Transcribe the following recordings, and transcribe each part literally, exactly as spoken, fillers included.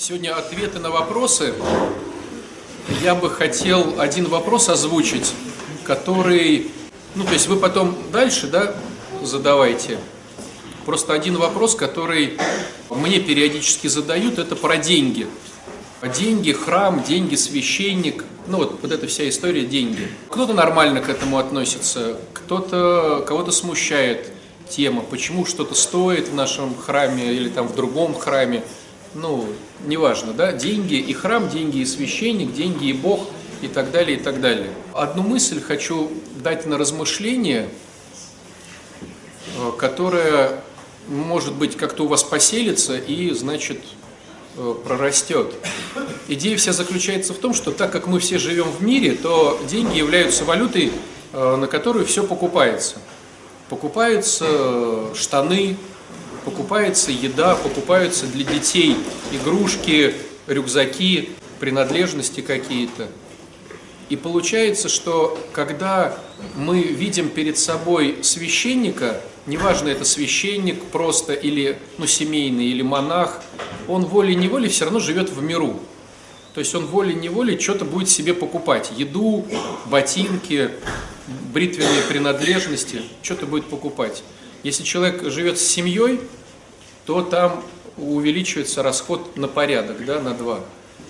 Сегодня ответы на вопросы. Я бы хотел один вопрос озвучить, который, ну, то есть вы потом дальше, да, задавайте. Просто один вопрос, который мне периодически задают, это про деньги. Деньги, храм, деньги, священник, ну вот, вот эта вся история деньги. Кто-то нормально к этому относится, кто-то, кого-то смущает тема, почему что-то стоит в нашем храме или там в другом храме. Ну, неважно, да, деньги и храм, деньги и священник, деньги и Бог и так далее, и так далее. Одну мысль хочу дать на размышление, которая, может быть, как-то у вас поселится и, значит, прорастет. Идея вся заключается в том, что так как мы все живем в мире, то деньги являются валютой, на которую все покупается. Покупаются штаны, покупается еда, покупаются для детей игрушки, рюкзаки, принадлежности какие-то. И получается, что когда мы видим перед собой священника, неважно, это священник просто или ну, семейный, или монах, он волей-неволей все равно живет в миру. То есть он волей-неволей что-то будет себе покупать. Еду, ботинки, бритвенные принадлежности, что-то будет покупать. Если человек живет с семьей, то там увеличивается расход на порядок, да, на два.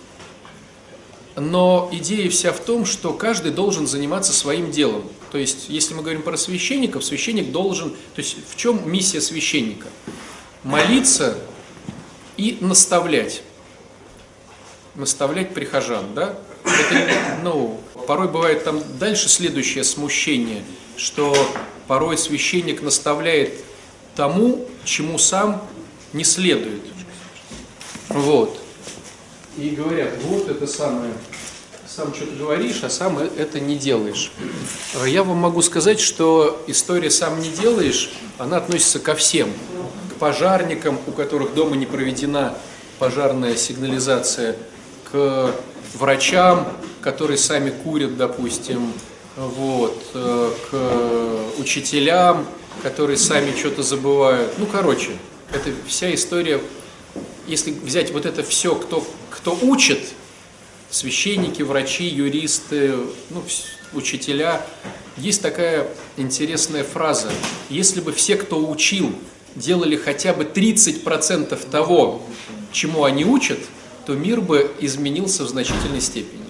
Но идея вся в том, что каждый должен заниматься своим делом. То есть, если мы говорим про священников, священник должен... То есть, в чем миссия священника? Молиться и наставлять. Наставлять прихожан, да? Это, ну, порой бывает там дальше следующее смущение, что порой священник наставляет тому, чему сам не следует. Вот. И говорят, вот это самое, сам что-то говоришь, а сам это не делаешь. Я вам могу сказать, что история «сам не делаешь», она относится ко всем. К пожарникам, у которых дома не проведена пожарная сигнализация, к врачам, которые сами курят, допустим, вот, к учителям, которые сами что-то забывают. Ну, короче, это вся история. Если взять вот это все, кто, кто учит, священники, врачи, юристы, ну, учителя, есть такая интересная фраза. Если бы все, кто учил, делали хотя бы тридцать процентов того, чему они учат, то мир бы изменился в значительной степени.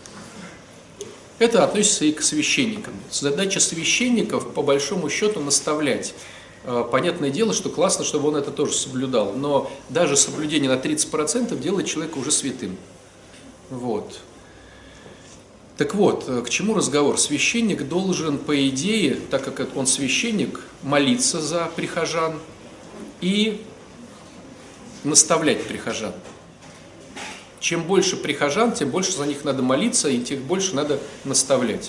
Это относится и к священникам. Задача священников, по большому счету, наставлять. Понятное дело, что классно, чтобы он это тоже соблюдал, но даже соблюдение на тридцать процентов делает человека уже святым. Вот. Так вот, к чему разговор? Священник должен, по идее, так как он священник, молиться за прихожан и наставлять прихожан. Чем больше прихожан, тем больше за них надо молиться, и тем больше надо наставлять.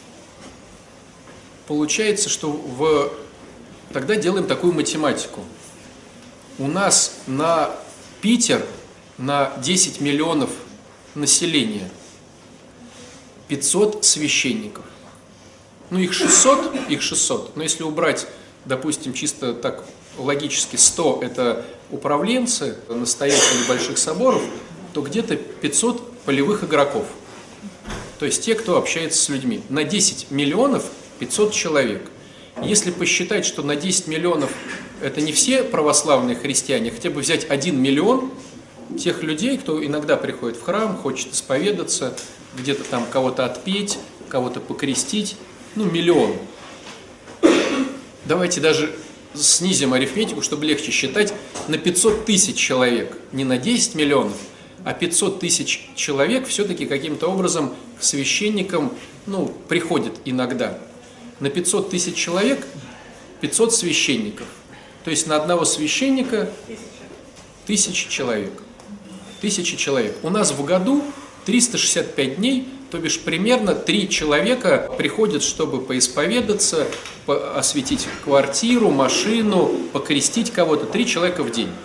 Получается, что в... Тогда делаем такую математику. У нас на Питер, на десять миллионов населения, пятьсот священников. Ну, их шестьсот, их шестьсот. Но если убрать, допустим, чисто так логически сто, это управленцы, настоятели больших соборов, то где-то пятьсот полевых игроков. То есть те, кто общается с людьми. На десять миллионов пятьсот человек. Если посчитать, что на десять миллионов это не все православные христиане, хотя бы взять один миллион тех людей, кто иногда приходит в храм, хочет исповедаться, где-то там кого-то отпеть, кого-то покрестить, ну, миллион. Давайте даже снизим арифметику, чтобы легче считать, на пятьсот тысяч человек, не на десять миллионов, а пятьсот тысяч человек все-таки каким-то образом к священникам, ну, приходят иногда. На пятьсот тысяч человек пятьсот священников. То есть на одного священника тысяча человек. Тысяча человек. У нас в году триста шестьдесят пять дней, то бишь примерно три человека приходят, чтобы поисповедаться, осветить квартиру, машину, покрестить кого-то. Три человека в день.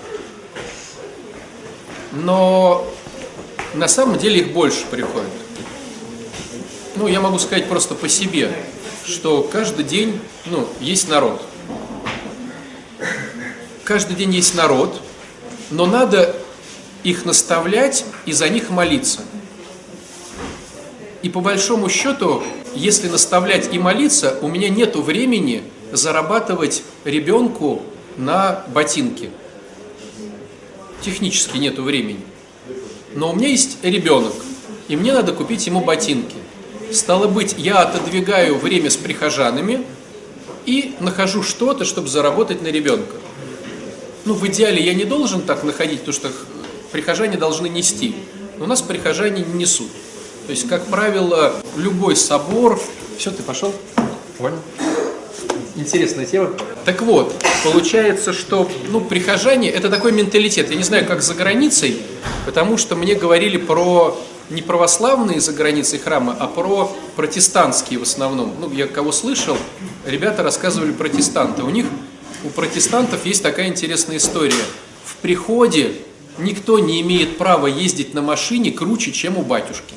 Но на самом деле их больше приходит. Ну, я могу сказать просто по себе, что каждый день, ну, есть народ. Каждый день есть народ, но надо их наставлять и за них молиться. И по большому счету, если наставлять и молиться, у меня нет времени зарабатывать ребенку на ботинки. Технически нет времени. Но у меня есть ребенок, и мне надо купить ему ботинки. Стало быть, я отодвигаю время с прихожанами и нахожу что-то, чтобы заработать на ребенка. Ну, в идеале я не должен так находить, потому что прихожане должны нести. Но у нас прихожане не несут. То есть, как правило, любой собор... Все, ты пошел? Понял. Интересная тема. Так вот, получается, что ну, прихожане – это такой менталитет. Я не знаю, как за границей, потому что мне говорили про не православные за границей храмы, а про протестантские в основном. Ну, я кого слышал, ребята рассказывали протестанты. У них, у протестантов есть такая интересная история. В приходе никто не имеет права ездить на машине круче, чем у батюшки.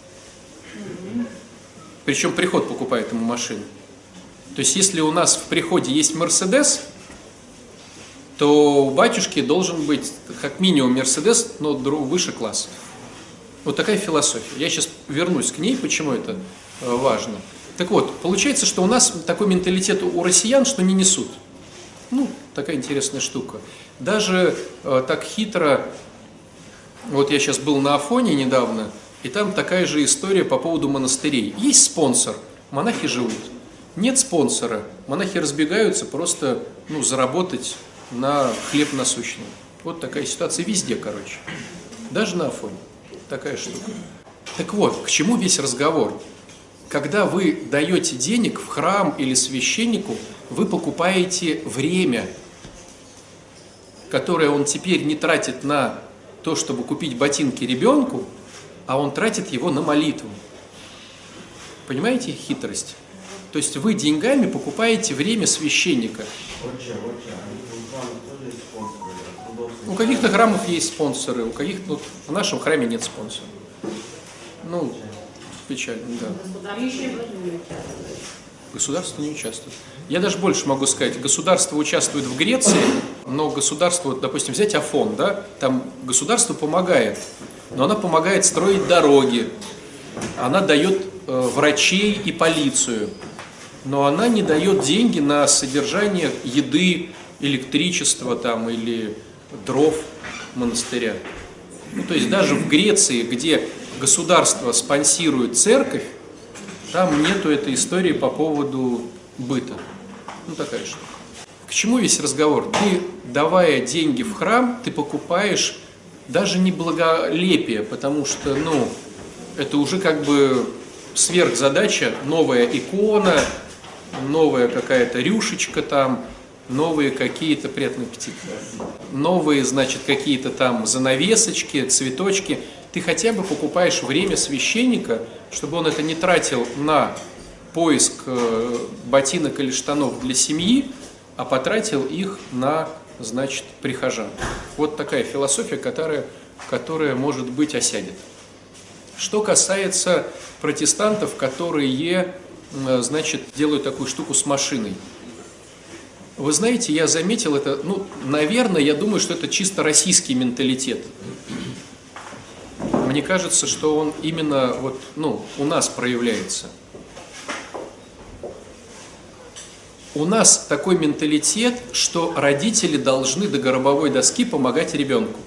Причем приход покупает ему машину. То есть, если у нас в приходе есть Мерседес, то у батюшки должен быть как минимум Мерседес, но выше класса. Вот такая философия. Я сейчас вернусь к ней, почему это важно. Так вот, получается, что у нас такой менталитет у россиян, что не несут. Ну, такая интересная штука. Даже э, так хитро, вот я сейчас был на Афоне недавно, и там такая же история по поводу монастырей. Есть спонсор, монахи живут. Нет спонсора, монахи разбегаются просто ну, заработать на хлеб насущный. Вот такая ситуация везде, короче. Даже на Афоне. Такая штука. Так вот, к чему весь разговор? Когда вы даете денег в храм или священнику, вы покупаете время, которое он теперь не тратит на то, чтобы купить ботинки ребенку, а он тратит его на молитву. Понимаете хитрость? То есть вы деньгами покупаете время священника. У каких-то храмов есть спонсоры, у каких-то ну, в нашем храме нет спонсоров. Ну, печально, да. Государство не участвует. Я даже больше могу сказать, государство участвует в Греции, но государство, вот, допустим, взять Афон, да, там государство помогает, но она помогает строить дороги, она дает э, врачей и полицию, но она не дает деньги на содержание еды, электричества там или дров монастыря. Ну, то есть даже в Греции, где государство спонсирует церковь, там нету этой истории по поводу быта. Ну, такая штука. К чему весь разговор? Ты, давая деньги в храм, ты покупаешь даже не благолепие, потому что, ну, это уже как бы сверхзадача, новая икона, новая какая-то рюшечка там, новые какие-то, приятный аппетит, новые, значит, какие-то там занавесочки, цветочки. Ты хотя бы покупаешь время священника, чтобы он это не тратил на поиск ботинок или штанов для семьи, а потратил их на, значит, прихожан. Вот такая философия, которая, которая может быть, осядет. Что касается протестантов, которые, значит, делают такую штуку с машиной. Вы знаете, я заметил это, ну, наверное, я думаю, что это чисто российский менталитет. Мне кажется, что он именно вот, ну, у нас проявляется. У нас такой менталитет, что родители должны до гробовой доски помогать ребенку.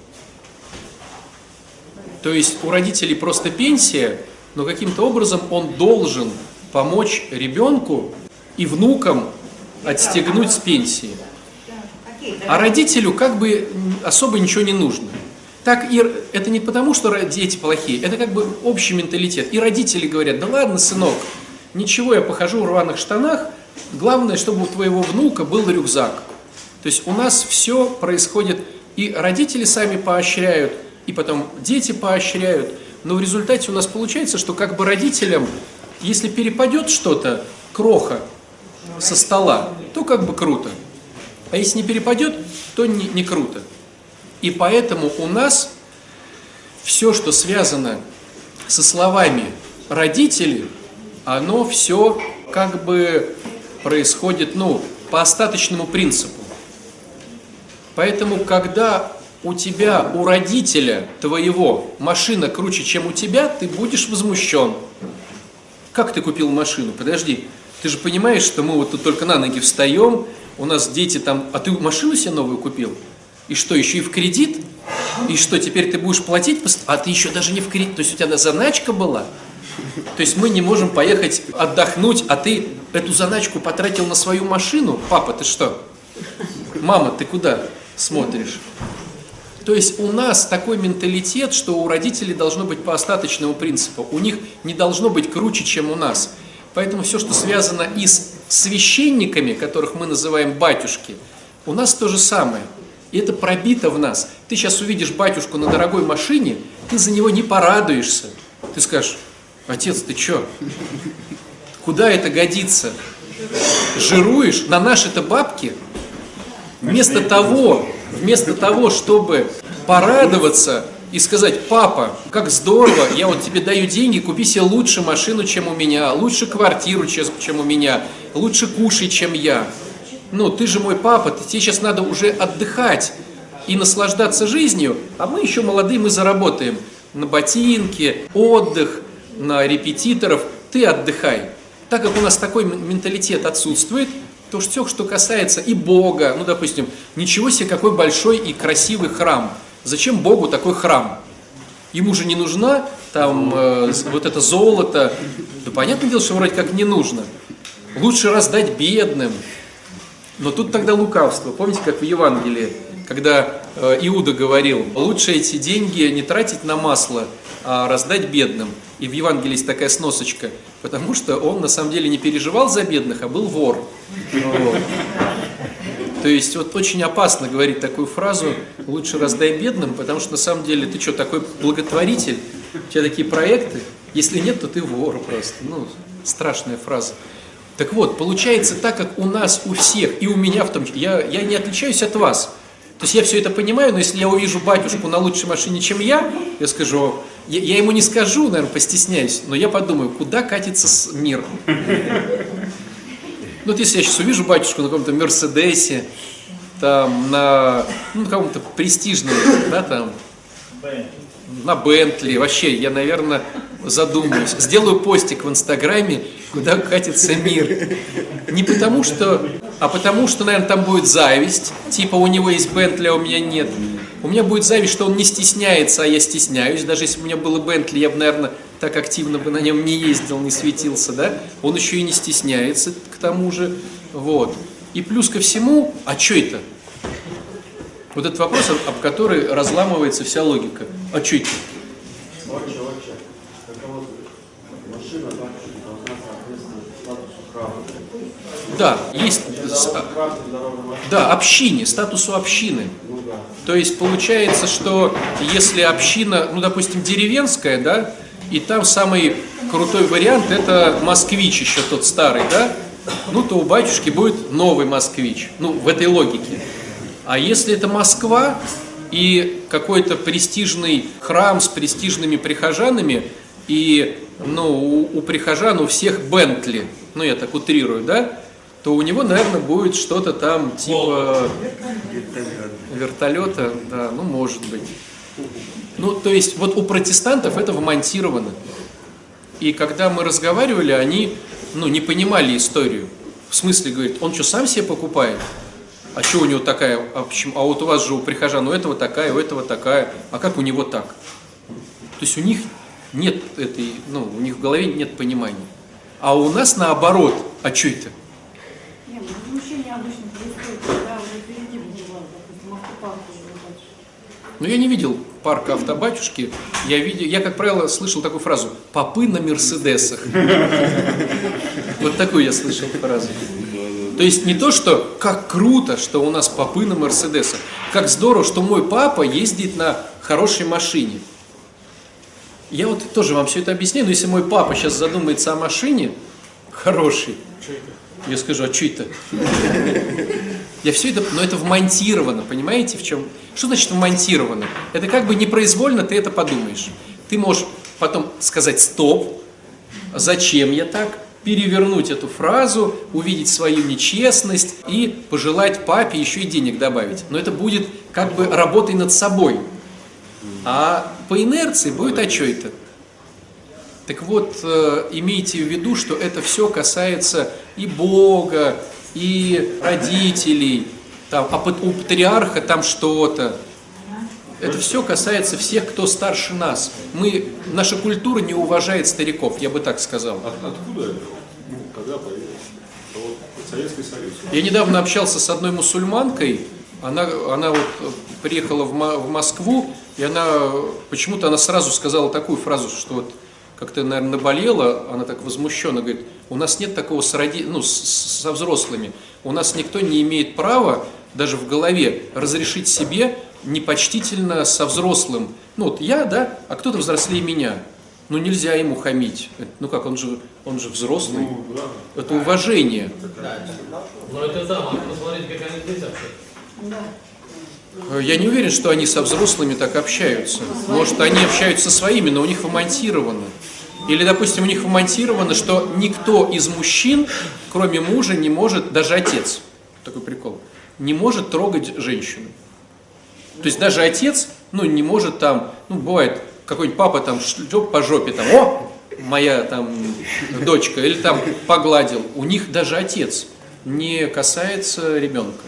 То есть у родителей просто пенсия, но каким-то образом он должен помочь ребенку и внукам отстегнуть с пенсии. А родителю как бы особо ничего не нужно. Так и это не потому, что дети плохие, это как бы общий менталитет. И родители говорят: да ладно, сынок, ничего, я похожу в рваных штанах, главное, чтобы у твоего внука был рюкзак. То есть у нас все происходит, и родители сами поощряют, и потом дети поощряют, но в результате у нас получается, что как бы родителям, если перепадет что-то, кроха со стола, то как бы круто, а если не перепадет, то не, не круто. И поэтому у нас все, что связано со словами «родители», оно все как бы происходит, ну, по остаточному принципу. Поэтому, когда у тебя, у родителя твоего машина круче, чем у тебя, ты будешь возмущен. Как ты купил машину? Подожди, ты же понимаешь, что мы вот тут только на ноги встаем, у нас дети там, а ты машину себе новую купил? И что, еще и в кредит? И что, теперь ты будешь платить? А ты еще даже не в кредит, то есть у тебя заначка была? То есть мы не можем поехать отдохнуть, а ты эту заначку потратил на свою машину? Папа, ты что? Мама, ты куда смотришь? То есть у нас такой менталитет, что у родителей должно быть по остаточному принципу. У них не должно быть круче, чем у нас. Поэтому все, что связано и с священниками, которых мы называем батюшки, у нас то же самое. И это пробито в нас. Ты сейчас увидишь батюшку на дорогой машине, ты за него не порадуешься. Ты скажешь: отец, ты что? Куда это годится? Жируешь? На наши-то бабки? Вместо того, вместо того, чтобы порадоваться и сказать: папа, как здорово, я вот тебе даю деньги, купи себе лучше машину, чем у меня, лучше квартиру, чем у меня, лучше кушай, чем я. Ну, ты же мой папа, тебе сейчас надо уже отдыхать и наслаждаться жизнью, а мы еще молодые, мы заработаем на ботинки, отдых, на репетиторов, ты отдыхай. Так как у нас такой менталитет отсутствует, то все, что касается и Бога, ну, допустим, ничего себе, какой большой и красивый храм. Зачем Богу такой храм? Ему же не нужна там э, вот это золото. Да понятное дело, что вроде как не нужно. Лучше раздать бедным. Но тут тогда лукавство. Помните, как в Евангелии, когда э, Иуда говорил: лучше эти деньги не тратить на масло, а раздать бедным. И в Евангелии есть такая сносочка, потому что он на самом деле не переживал за бедных, а был вор. Вот. То есть вот очень опасно говорить такую фразу: лучше раздай бедным, потому что на самом деле ты что, такой благотворитель? У тебя такие проекты? Если нет, то ты вор просто. Ну, страшная фраза. Так вот, получается так, как у нас, у всех, и у меня в том числе, я, я не отличаюсь от вас. То есть я все это понимаю, но если я увижу батюшку на лучшей машине, чем я, я скажу, я, я ему не скажу, наверное, постесняюсь, но я подумаю, куда катится мир. Ну вот если я сейчас увижу батюшку на каком-то Мерседесе, там, на, ну, каком-то престижном, да, там, на Бентли, вообще, я, наверное, задумаюсь. Сделаю постик в Инстаграме, куда катится мир. Не потому что, а потому что, наверное, там будет зависть, типа у него есть Бентли, а у меня нет. У меня будет зависть, что он не стесняется, а я стесняюсь. Даже если бы у меня было Бентли, я бы, наверное, так активно бы на нем не ездил, не светился, да? Он еще и не стесняется, к тому же, вот. И плюс ко всему, а что это? Вот этот вопрос, об который разламывается вся логика. А что это? Да, есть, да, общине, статусу общины. То есть получается, что если община, ну, допустим, деревенская, да, и там самый крутой вариант — это москвич еще тот старый, да, ну, то у батюшки будет новый москвич, ну, в этой логике. А если это Москва и какой-то престижный храм с престижными прихожанами, и, ну, у, у прихожан у всех Бентли, ну, я так утрирую, да, то у него, наверное, будет что-то там типа вертолета, да, ну, может быть. Ну, то есть, вот у протестантов это вмонтировано. И когда мы разговаривали, они, ну, не понимали историю. В смысле, говорит, он что, сам себе покупает? А что у него такая, а, почему? А вот у вас же у прихожан у этого такая, у этого такая, а как у него так? То есть у них нет этой, ну, у них в голове нет понимания. А у нас наоборот, а что это? Нет, возмущение обычно происходит, когда уже впереди бывает, допустим, автопарк уже. Но я не видел парка автобатюшки, я, видел, я, как правило, слышал такую фразу: «попы на мерседесах». Вот такую я слышал фразу. То есть не то, что как круто, что у нас попы на мерседесах, как здорово, что мой папа ездит на хорошей машине. Я вот тоже вам все это объясняю, но если мой папа сейчас задумается о машине хорошей, я скажу: а что это? Я все это, но это вмонтировано, понимаете, в чем? Что значит вмонтировано? Это как бы непроизвольно ты это подумаешь. Ты можешь потом сказать: стоп, зачем я так? перевернуть эту фразу, увидеть свою нечестность и пожелать папе еще и денег добавить. Но это будет как бы работой над собой. А по инерции будет, а что это? Так вот, имейте в виду, что это все касается и Бога, и родителей, там, а у патриарха там что-то. Это все касается всех, кто старше нас. Мы, наша культура не уважает стариков, я бы так сказал. От, откуда это? Ну, когда появилось? Вот, Советский Союз. Я недавно общался с одной мусульманкой. Она, она вот приехала в, в Москву, и она почему-то она сразу сказала такую фразу, что вот как-то, наверное, наболела, она так возмущенно говорит: у нас нет такого с роди... ну, с, со взрослыми. У нас никто не имеет права даже в голове разрешить себе непочтительно со взрослым. Ну вот я, да, а кто-то взрослее меня. Ну нельзя ему хамить. Ну как, он же, он же взрослый. Ну, да. Это уважение. Но это да, можно посмотреть, как они здесь общаются. Я не уверен, что они со взрослыми так общаются. Может, они общаются со своими, но у них вмонтировано. Или, допустим, у них вмонтировано, что никто из мужчин, кроме мужа, не может, даже отец, такой прикол, не может трогать женщину. То есть даже отец, ну, не может там, ну, бывает, какой-нибудь папа там шлеп по жопе, там, о, моя там дочка, или там погладил. У них даже отец не касается ребенка.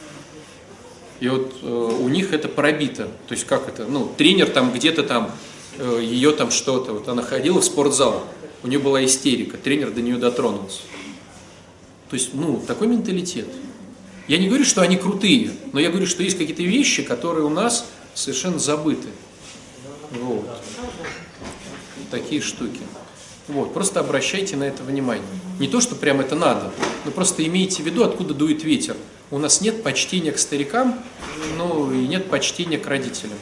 И вот э, у них это пробито. То есть как это, ну, тренер там где-то там, э, ее там что-то, вот она ходила в спортзал, у нее была истерика, тренер до нее дотронулся. То есть, ну, такой менталитет. Я не говорю, что они крутые, но я говорю, что есть какие-то вещи, которые у нас совершенно забыты. Вот. Такие штуки. Вот. Просто обращайте на это внимание. Не то, что прям это надо, но просто имейте в виду, откуда дует ветер. У нас нет почтения к старикам, ну и нет почтения к родителям.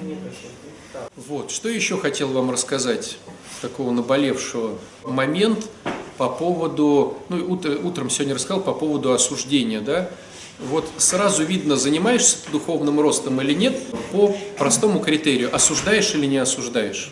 Вот. Что еще хотел вам рассказать, такого наболевшего? Момент по поводу, ну утро, утром сегодня рассказал по поводу осуждения, да? Вот сразу видно, занимаешься ты духовным ростом или нет, по простому критерию, осуждаешь или не осуждаешь.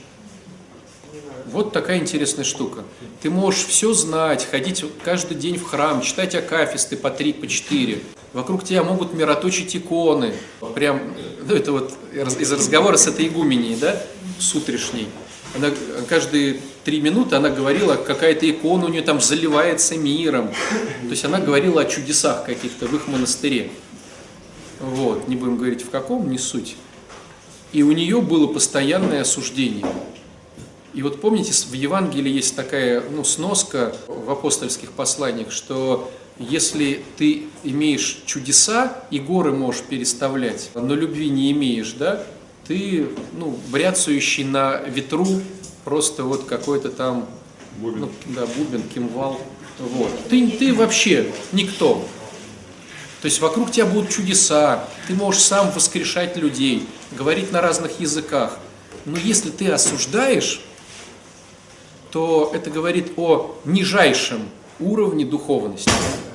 Вот такая интересная штука. Ты можешь все знать, ходить каждый день в храм, читать акафисты по три, по четыре. Вокруг тебя могут мироточить иконы. Прям, ну это вот из разговора с этой игуменей, да, с утрешней. Она каждые три минуты она говорила, какая-то икона у нее там заливается миром. То есть она говорила о чудесах каких-то в их монастыре. Вот, не будем говорить в каком, не суть. И у нее было постоянное осуждение. И вот помните, в Евангелии есть такая, ну, сноска в апостольских посланиях, что если ты имеешь чудеса и горы можешь переставлять, но любви не имеешь, да, ты, ну, бряцающий на ветру, просто вот какой-то там, Бубен. ну, да, бубен, кимвал, вот. Ты, ты вообще никто. То есть вокруг тебя будут чудеса, ты можешь сам воскрешать людей, говорить на разных языках. Но если ты осуждаешь, то это говорит о нижайшем уровне духовности.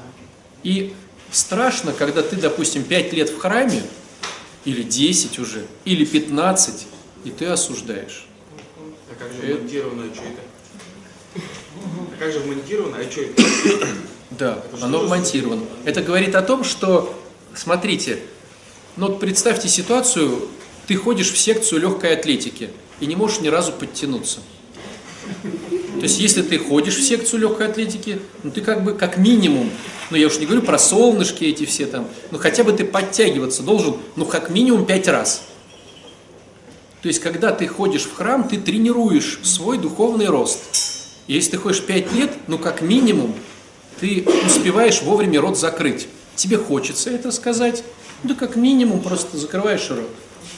И страшно, когда ты, допустим, пять лет в храме, или десять уже, или пятнадцать, и ты осуждаешь. А как же вмонтировано, а что это? А как же вмонтировано, а что это? Да, оно вмонтировано. Это говорит о том, что, смотрите, ну вот представьте ситуацию, ты ходишь в секцию легкой атлетики и не можешь ни разу подтянуться. То есть, если ты ходишь в секцию легкой атлетики, ну ты как бы, как минимум, ну я уж не говорю про солнышки эти все там, ну хотя бы ты подтягиваться должен, ну как минимум пять раз. То есть, когда ты ходишь в храм, ты тренируешь свой духовный рост. И если ты ходишь пять лет, ну как минимум, ты успеваешь вовремя рот закрыть. Тебе хочется это сказать, ну как минимум просто закрываешь рот.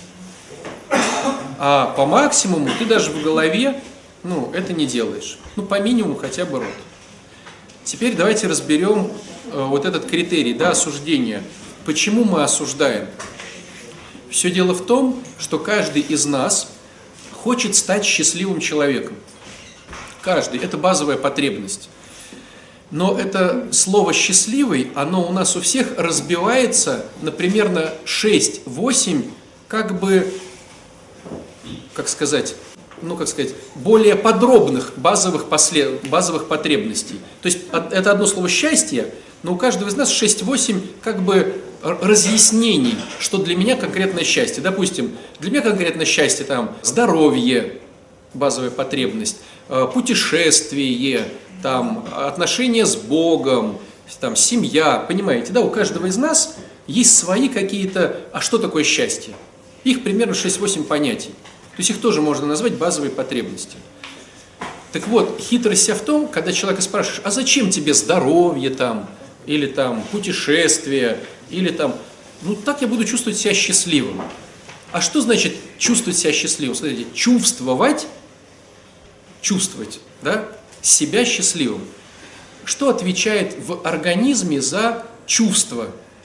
А по максимуму ты даже в голове, ну, это не делаешь. Ну, по минимуму хотя бы рот. Теперь давайте разберем э, вот этот критерий, да, осуждения. Почему мы осуждаем? Все дело в том, что каждый из нас хочет стать счастливым человеком. Каждый. Это базовая потребность. Но это слово «счастливый», оно у нас у всех разбивается на примерно шесть-восемь, как бы, как сказать, ну как сказать, более подробных базовых, послед... базовых потребностей. То есть это одно слово «счастье», но у каждого из нас шесть-восемь как бы разъяснений, что для меня конкретное счастье. Допустим, для меня конкретное счастье там здоровье, базовая потребность, путешествие, там, отношения с Богом, там, семья, понимаете, да, у каждого из нас есть свои какие-то, а что такое счастье? Их примерно шесть-восемь понятий, то есть их тоже можно назвать базовой потребностью. Так вот, хитрость вся в том, когда человека спрашиваешь, а зачем тебе здоровье там, или там путешествие, или там, ну так я буду чувствовать себя счастливым. А что значит чувствовать себя счастливым? Смотрите, чувствовать, чувствовать, да, себя счастливым. Что отвечает в организме за чувство?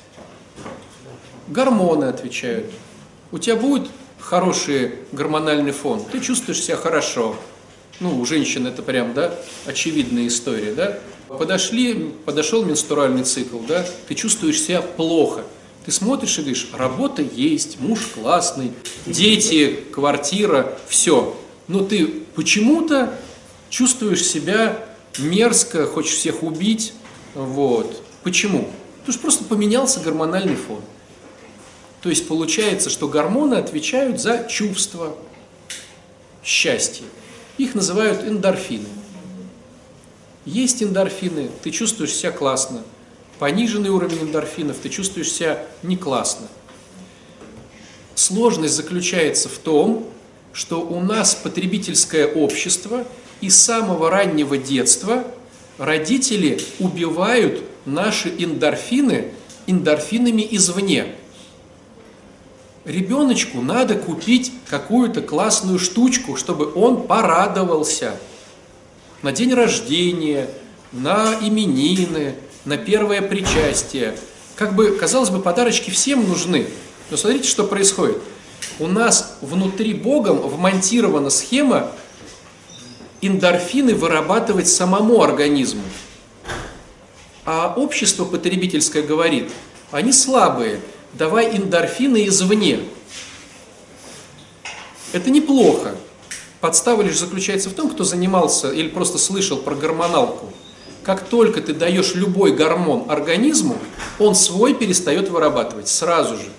Гормоны отвечают. У тебя будет хороший гормональный фон, ты чувствуешь себя хорошо. Ну, у женщин это прям, да, очевидная история, да. Подошли, подошел менструальный цикл, да, ты чувствуешь себя плохо. Ты смотришь и говоришь, работа есть, муж классный, дети, квартира, все. Но ты почему-то чувствуешь себя мерзко, хочешь всех убить. Вот. Почему? Потому что просто поменялся гормональный фон. То есть получается, что гормоны отвечают за чувство счастья. Их называют эндорфины. Есть эндорфины, ты чувствуешь себя классно. Пониженный уровень эндорфинов, ты чувствуешь себя не классно. Сложность заключается в том, что у нас потребительское общество, и с самого раннего детства родители убивают наши эндорфины эндорфинами извне. Ребеночку надо купить какую-то классную штучку, чтобы он порадовался на день рождения, на именины, на первое причастие. Как бы, казалось бы, подарочки всем нужны. Но смотрите, что происходит. У нас внутри Богом вмонтирована схема эндорфины вырабатывать самому организму. А общество потребительское говорит, они слабые, давай эндорфины извне. Это неплохо. Подстава лишь заключается в том, кто занимался или просто слышал про гормоналку. Как только ты даешь любой гормон организму, он свой перестает вырабатывать сразу же.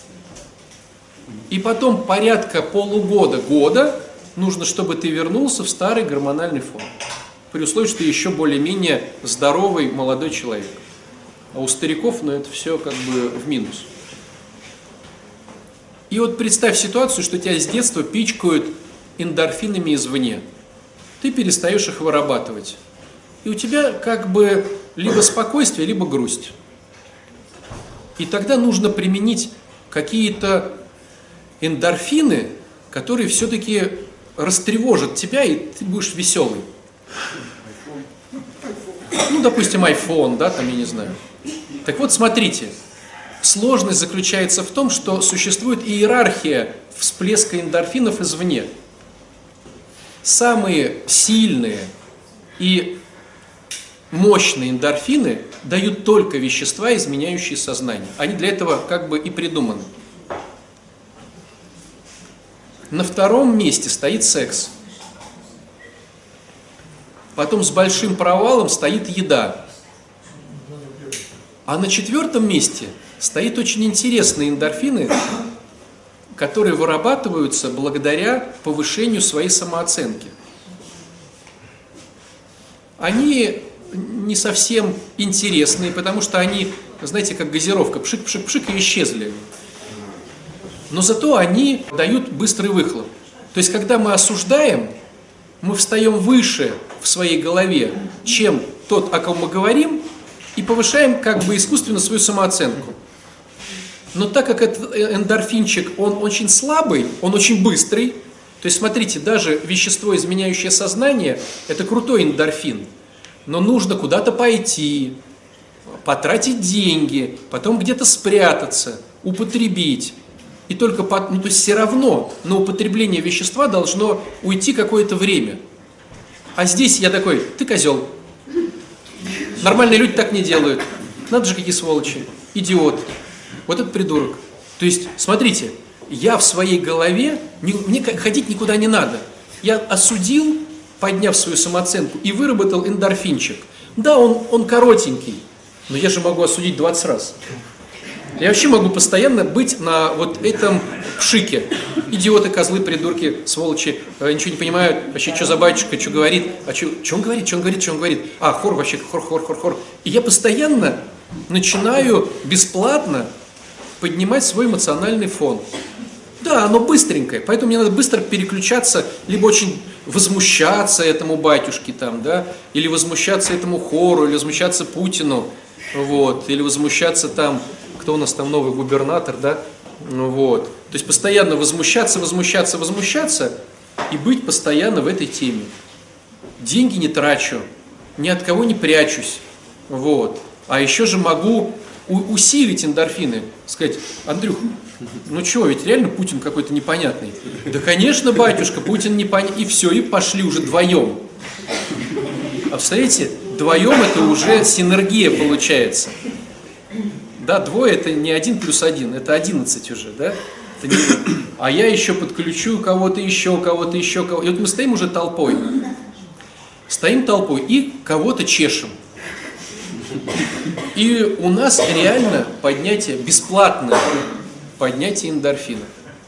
И потом порядка полугода-года нужно, чтобы ты вернулся в старый гормональный фон. При условии, что ты еще более-менее здоровый молодой человек. А у стариков, ну, это все как бы в минус. И вот представь ситуацию, что тебя с детства пичкают эндорфинами извне. Ты перестаешь их вырабатывать. И у тебя как бы либо спокойствие, либо грусть. И тогда нужно применить какие-то эндорфины, которые все-таки растревожат тебя, и ты будешь веселый. Ну, допустим, айфон, да, там, я не знаю. Так вот, смотрите, сложность заключается в том, что существует иерархия всплеска эндорфинов извне. Самые сильные и мощные эндорфины дают только вещества, изменяющие сознание. Они для этого как бы и придуманы. На втором месте стоит секс. Потом с большим провалом стоит еда. А на четвертом месте стоит очень интересные эндорфины, которые вырабатываются благодаря повышению своей самооценки. Они не совсем интересные, потому что они, знаете, как газировка, пшик-пшик-пшик и исчезли. Но зато они дают быстрый выхлоп. То есть, когда мы осуждаем, мы встаем выше в своей голове, чем тот, о ком мы говорим, и повышаем как бы искусственно свою самооценку. Но так как этот эндорфинчик, он очень слабый, он очень быстрый, то есть, смотрите, даже вещество, изменяющее сознание, это крутой эндорфин, но нужно куда-то пойти, потратить деньги, потом где-то спрятаться, употребить. И только, по, ну, то есть все равно на употребление вещества должно уйти какое-то время. А здесь я такой, ты козел. Нормальные люди так не делают. Надо же, какие сволочи. Идиот. Вот этот придурок. То есть, смотрите, я в своей голове, не, мне ходить никуда не надо. я осудил, подняв свою самооценку, и выработал эндорфинчик. Да, он, он коротенький, но я же могу осудить двадцать раз. Я вообще могу постоянно быть на вот этом пшике. Идиоты, козлы, придурки, сволочи, ничего не понимают, вообще, что за батюшка, что говорит, а что, что он говорит, что он говорит, что он говорит. А, хор вообще, хор, хор, хор, хор. И я постоянно начинаю бесплатно поднимать свой эмоциональный фон. Да, оно быстренькое, поэтому мне надо быстро переключаться, либо очень возмущаться этому батюшке там, да, или возмущаться этому хору, или возмущаться Путину, вот, или возмущаться там, кто у нас там новый губернатор, да, ну вот. То есть постоянно возмущаться, возмущаться, возмущаться и быть постоянно в этой теме. Деньги не трачу, ни от кого не прячусь, вот. А еще же могу усилить эндорфины, сказать: Андрюх, ну чего, ведь реально Путин какой-то непонятный. Да, конечно, батюшка, Путин непонятный. И все, и пошли уже вдвоем. А представляете, вдвоем это уже синергия получается. Да, двое это не один плюс один, это одиннадцать уже, да? Это не... А я еще подключу кого-то еще, кого-то еще, кого-то. И вот мы стоим уже толпой. Стоим толпой и кого-то чешем. И у нас реально поднятие, бесплатное поднятие эндорфинов.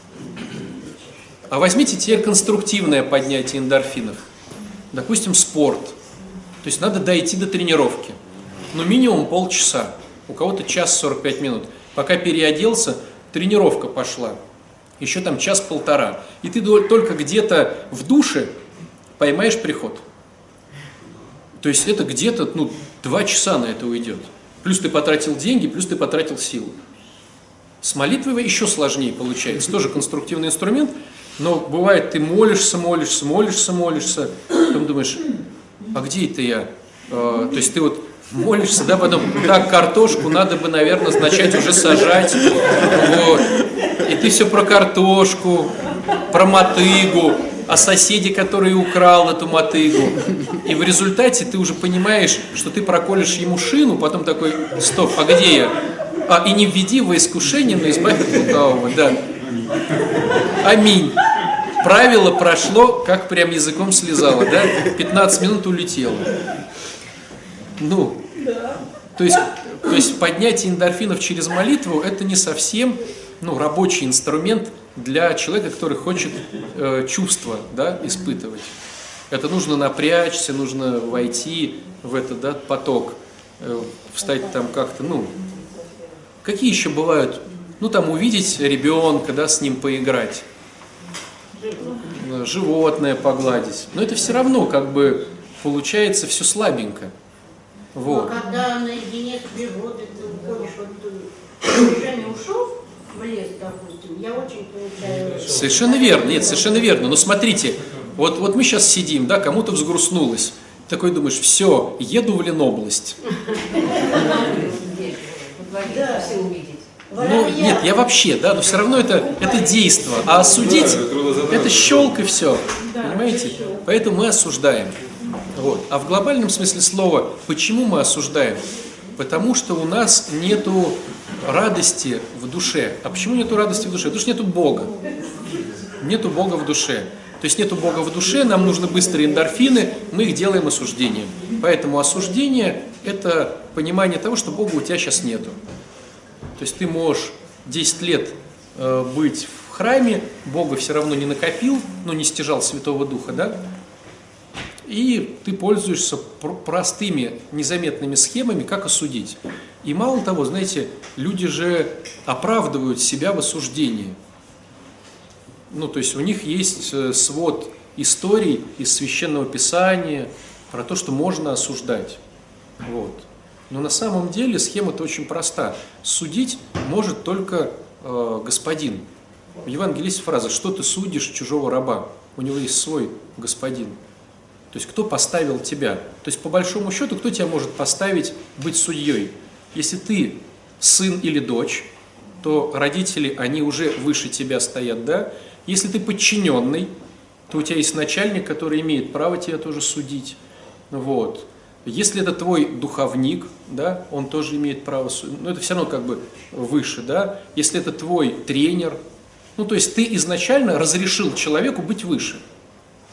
А возьмите теперь конструктивное поднятие эндорфинов. Допустим, спорт. То есть надо дойти до тренировки. Ну, минимум полчаса. У кого-то час сорок пять минут. Пока переоделся, тренировка пошла. Еще там час-полтора. И ты только где-то в душе поймаешь приход. То есть это где-то, ну, два часа на это уйдет. Плюс ты потратил деньги, плюс ты потратил силу. С молитвой еще сложнее получается. Тоже конструктивный инструмент. Но бывает, ты молишься, молишься, молишься, молишься. Потом думаешь: а где это я? А, то есть ты вот молишься, да, потом, так, картошку надо бы, наверное, начать уже сажать. Вот. И ты все про картошку, про мотыгу, о соседе, который украл эту мотыгу. И в результате ты уже понимаешь, что ты проколешь ему шину, потом такой: стоп, а где я? А, и не введи во искушение, но избавь от лукавого, да. Аминь. Правило прошло, как прям языком слезало, да? пятнадцать минут улетело. Ну, то есть, то есть поднятие эндорфинов через молитву — это не совсем, ну, рабочий инструмент для человека, который хочет э, чувства, да, испытывать. Это нужно напрячься, нужно войти в этот, да, поток, э, встать там как-то, ну, какие еще бывают, ну, там увидеть ребенка, да, с ним поиграть, животное погладить, но это все равно как бы получается все слабенько. Вот. А когда наедине с природой ты уходишь, вот ты Женя ушел в лес, допустим, я очень получаю... Совершенно верно, нет, совершенно верно. Но смотрите, вот, вот мы сейчас сидим, да, кому-то взгрустнулось. Такой думаешь: все, еду в Ленобласть. Ну, нет, я вообще, да, но все равно это, это действо. А осудить — это щелк и все. Понимаете? Поэтому мы осуждаем. Вот. А в глобальном смысле слова, почему мы осуждаем? Потому что у нас нету радости в душе. А почему нету радости в душе? Потому что нету Бога. Нету Бога в душе. То есть нету Бога в душе, нам нужны быстрые эндорфины, мы их делаем осуждением. Поэтому осуждение – это понимание того, что Бога у тебя сейчас нету. То есть ты можешь десять лет э, быть в храме, Бога все равно не накопил, ну не стяжал Святого Духа, да? И ты пользуешься простыми, незаметными схемами, как осудить. И мало того, знаете, люди же оправдывают себя в осуждении. Ну, то есть у них есть свод историй из Священного Писания про то, что можно осуждать. Вот. Но на самом деле схема-то очень проста. Судить может только э, господин. В Евангелии есть фраза: что ты судишь чужого раба? У него есть свой господин. То есть кто поставил тебя? То есть по большому счету, кто тебя может поставить быть судьей? Если ты сын или дочь, то родители, они уже выше тебя стоят, да? Если ты подчиненный, то у тебя есть начальник, который имеет право тебя тоже судить. Вот. Если это твой духовник, да, он тоже имеет право судить. Но это все равно как бы выше, да? Если это твой тренер, ну то есть ты изначально разрешил человеку быть выше.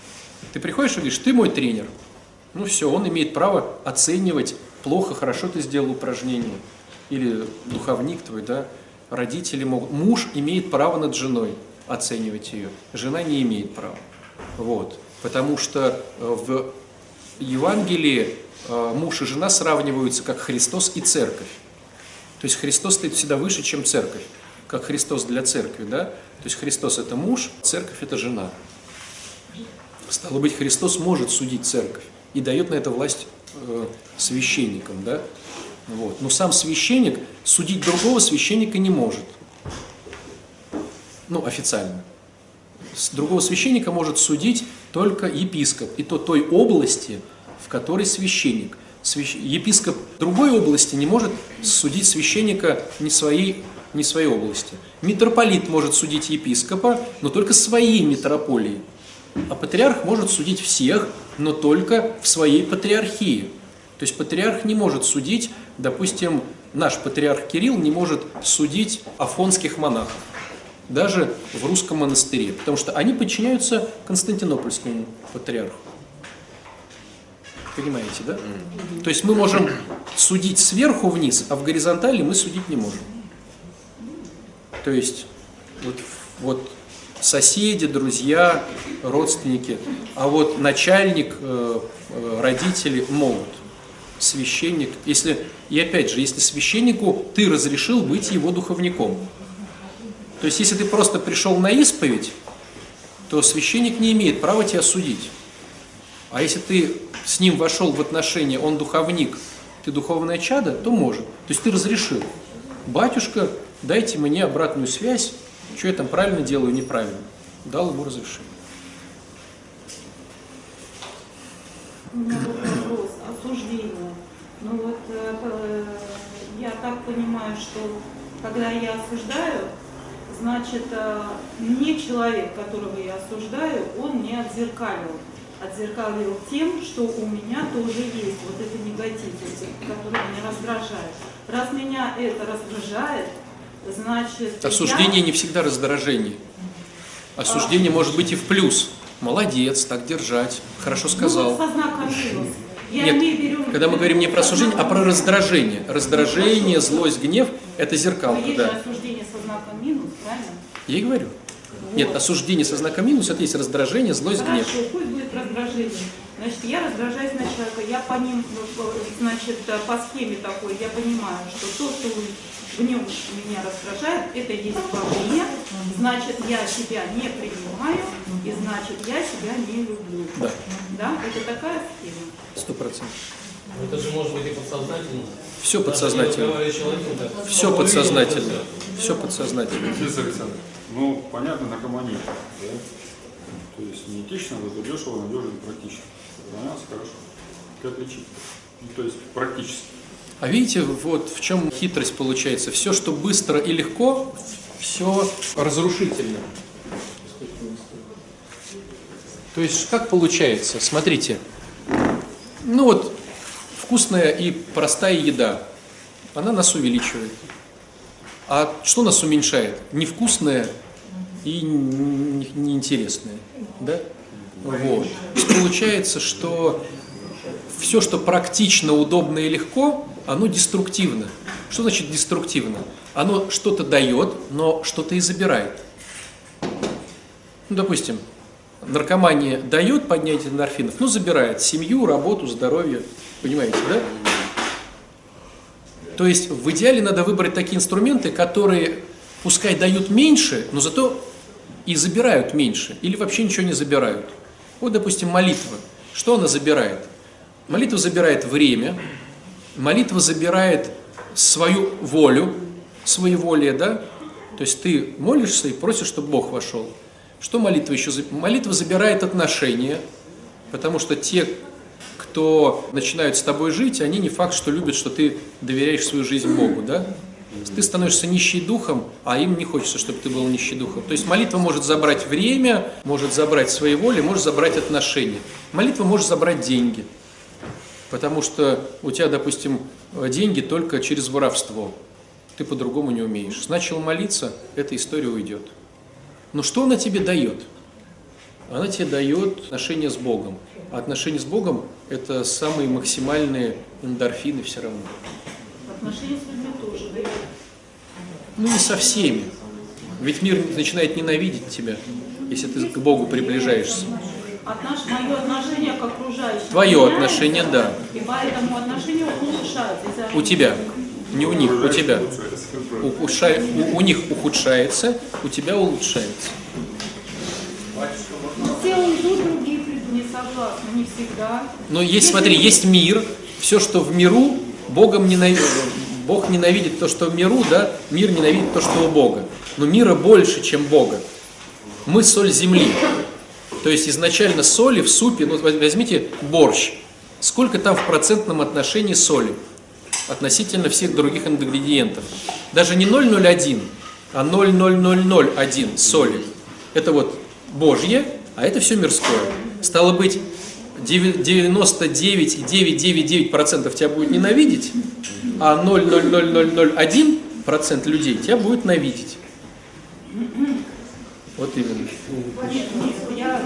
Ты приходишь и говоришь, ты мой тренер. Ну все, он имеет право оценивать, плохо, хорошо ты сделал упражнение. Или духовник твой, да, родители могут. Муж имеет право над женой оценивать ее. Жена не имеет права. Вот. Потому что в Евангелии муж и жена сравниваются как Христос и церковь. То есть Христос стоит всегда выше, чем церковь. Как Христос для церкви, да? То есть Христос это муж, церковь это жена. Стало быть, Христос может судить церковь и дает на это власть э, священникам, да? Вот. Но сам священник судить другого священника не может. Ну, официально. С другого священника может судить только епископ, и то той области, в которой священник. Свящ... Епископ другой области не может судить священника не своей, не своей области. Митрополит может судить епископа, но только своей митрополии. А патриарх может судить всех, но только в своей патриархии. То есть патриарх не может судить, допустим, наш патриарх Кирилл не может судить афонских монахов, даже в русском монастыре, потому что они подчиняются Константинопольскому патриарху. Понимаете, да? То есть мы можем судить сверху вниз, а в горизонтали мы судить не можем. То есть вот, вот соседи, друзья, родственники, а вот начальник, э, э, родители могут. Священник, если, и опять же, если священнику ты разрешил быть его духовником. То есть, если ты просто пришел на исповедь, то священник не имеет права тебя судить. А если ты с ним вошел в отношения, он духовник, ты духовное чадо, то может. То есть, ты разрешил. Батюшка, дайте мне обратную связь, что я там правильно делаю, неправильно. Дал ему разрешение. У меня был вопрос, осуждение. Ну вот э, я так понимаю, что когда я осуждаю, значит, э, мне человек, которого я осуждаю, он не отзеркалил. Отзеркалил тем, что у меня тоже есть вот это негатив, который меня раздражает. Раз меня это раздражает, значит... Осуждение я... не всегда раздражение. Осуждение а... может быть и в плюс. Молодец, так держать, хорошо сказал. Ну, вот со знаком минус. Я Нет, не беру... когда мы говорим не про осуждение, а про раздражение. Раздражение, ну, злость, гнев – это зеркалка. Но есть да. же осуждение со знаком минус, правильно? Я и говорю. Вот. Нет, осуждение со знаком минус – это есть раздражение, злость, Хорошо, гнев. пусть будет раздражение. Значит, я раздражаюсь на человека, я по ним, значит, по схеме такой, я понимаю, что то, что в нем меня раздражает, это есть во мне, значит, я себя не принимаю, и значит, я себя не люблю. Да. Да? Это такая схема. Сто процентов. Это же может быть и подсознательно. Все подсознательно. Все подсознательно. Все подсознательно. Александр Александрович, ну, понятно, наркомания. Да? То есть не этично, зато дешево, надежно и практично. Понятно, хорошо. Как лечить? Ну, то есть практически. А видите, вот в чем хитрость получается. Все, что быстро и легко, все разрушительно. То есть как получается? Смотрите. Ну вот, вкусная и простая еда, она нас увеличивает. А что нас уменьшает? Невкусное и неинтересное. Да? Вот. Получается, что все, что практично, удобно и легко, оно деструктивно. Что значит деструктивно? Оно что-то дает, но что-то и забирает. Ну, допустим, наркомания дает поднятие эндорфинов, но забирает семью, работу, здоровье. Понимаете, да? То есть в идеале надо выбрать такие инструменты, которые пускай дают меньше, но зато и забирают меньше, или вообще ничего не забирают. Вот, допустим, молитва. Что она забирает? Молитва забирает время, молитва забирает свою волю, своеволие, да? То есть ты молишься и просишь, чтобы Бог вошел. Что молитва еще забирает? Молитва забирает отношения, потому что те, кто начинают с тобой жить, они не факт, что любят, что ты доверяешь свою жизнь Богу, да? Ты становишься нищий духом, а им не хочется, чтобы ты был нищий духом. То есть молитва может забрать время, может забрать свои воли, может забрать отношения. Молитва может забрать деньги, потому что у тебя, допустим, деньги только через воровство. Ты по-другому не умеешь. Начал молиться, эта история уйдет. Но что она тебе дает? она тебе дает отношения с Богом. А отношения с Богом – это самые максимальные эндорфины все равно. Отношения с людьми тоже дают. Ну не со всеми. Ведь мир начинает ненавидеть тебя, если ты к Богу приближаешься. Отнош... Мое отношение к окружающим. Твое меняется, отношение, да. И поэтому отношения улучшаются. Если У тебя. Не у них, у тебя. Ухудша... У, у них ухудшается, у тебя улучшается. Но все уйдут, другие придут. Не согласна, не всегда. Но есть, смотри, есть мир. Все, что в миру, Богом ненавидит. Бог ненавидит то, что в миру, да? Мир ненавидит то, что у Бога. Но мира больше, чем Бога. Мы соль земли. То есть изначально соли в супе, ну возьмите борщ. Сколько там в процентном отношении соли относительно всех других ингредиентов? Даже не ноль целых ноль один, а ноль целых ноль ноль ноль один соли. Это вот Божье, а это все мирское. Стало быть, девяносто девять целых девятьсот девяносто девять процентов тебя будет ненавидеть, а ноль целых ноль ноль ноль ноль один процент людей тебя будет ненавидеть. Вот именно. Нет, нет, я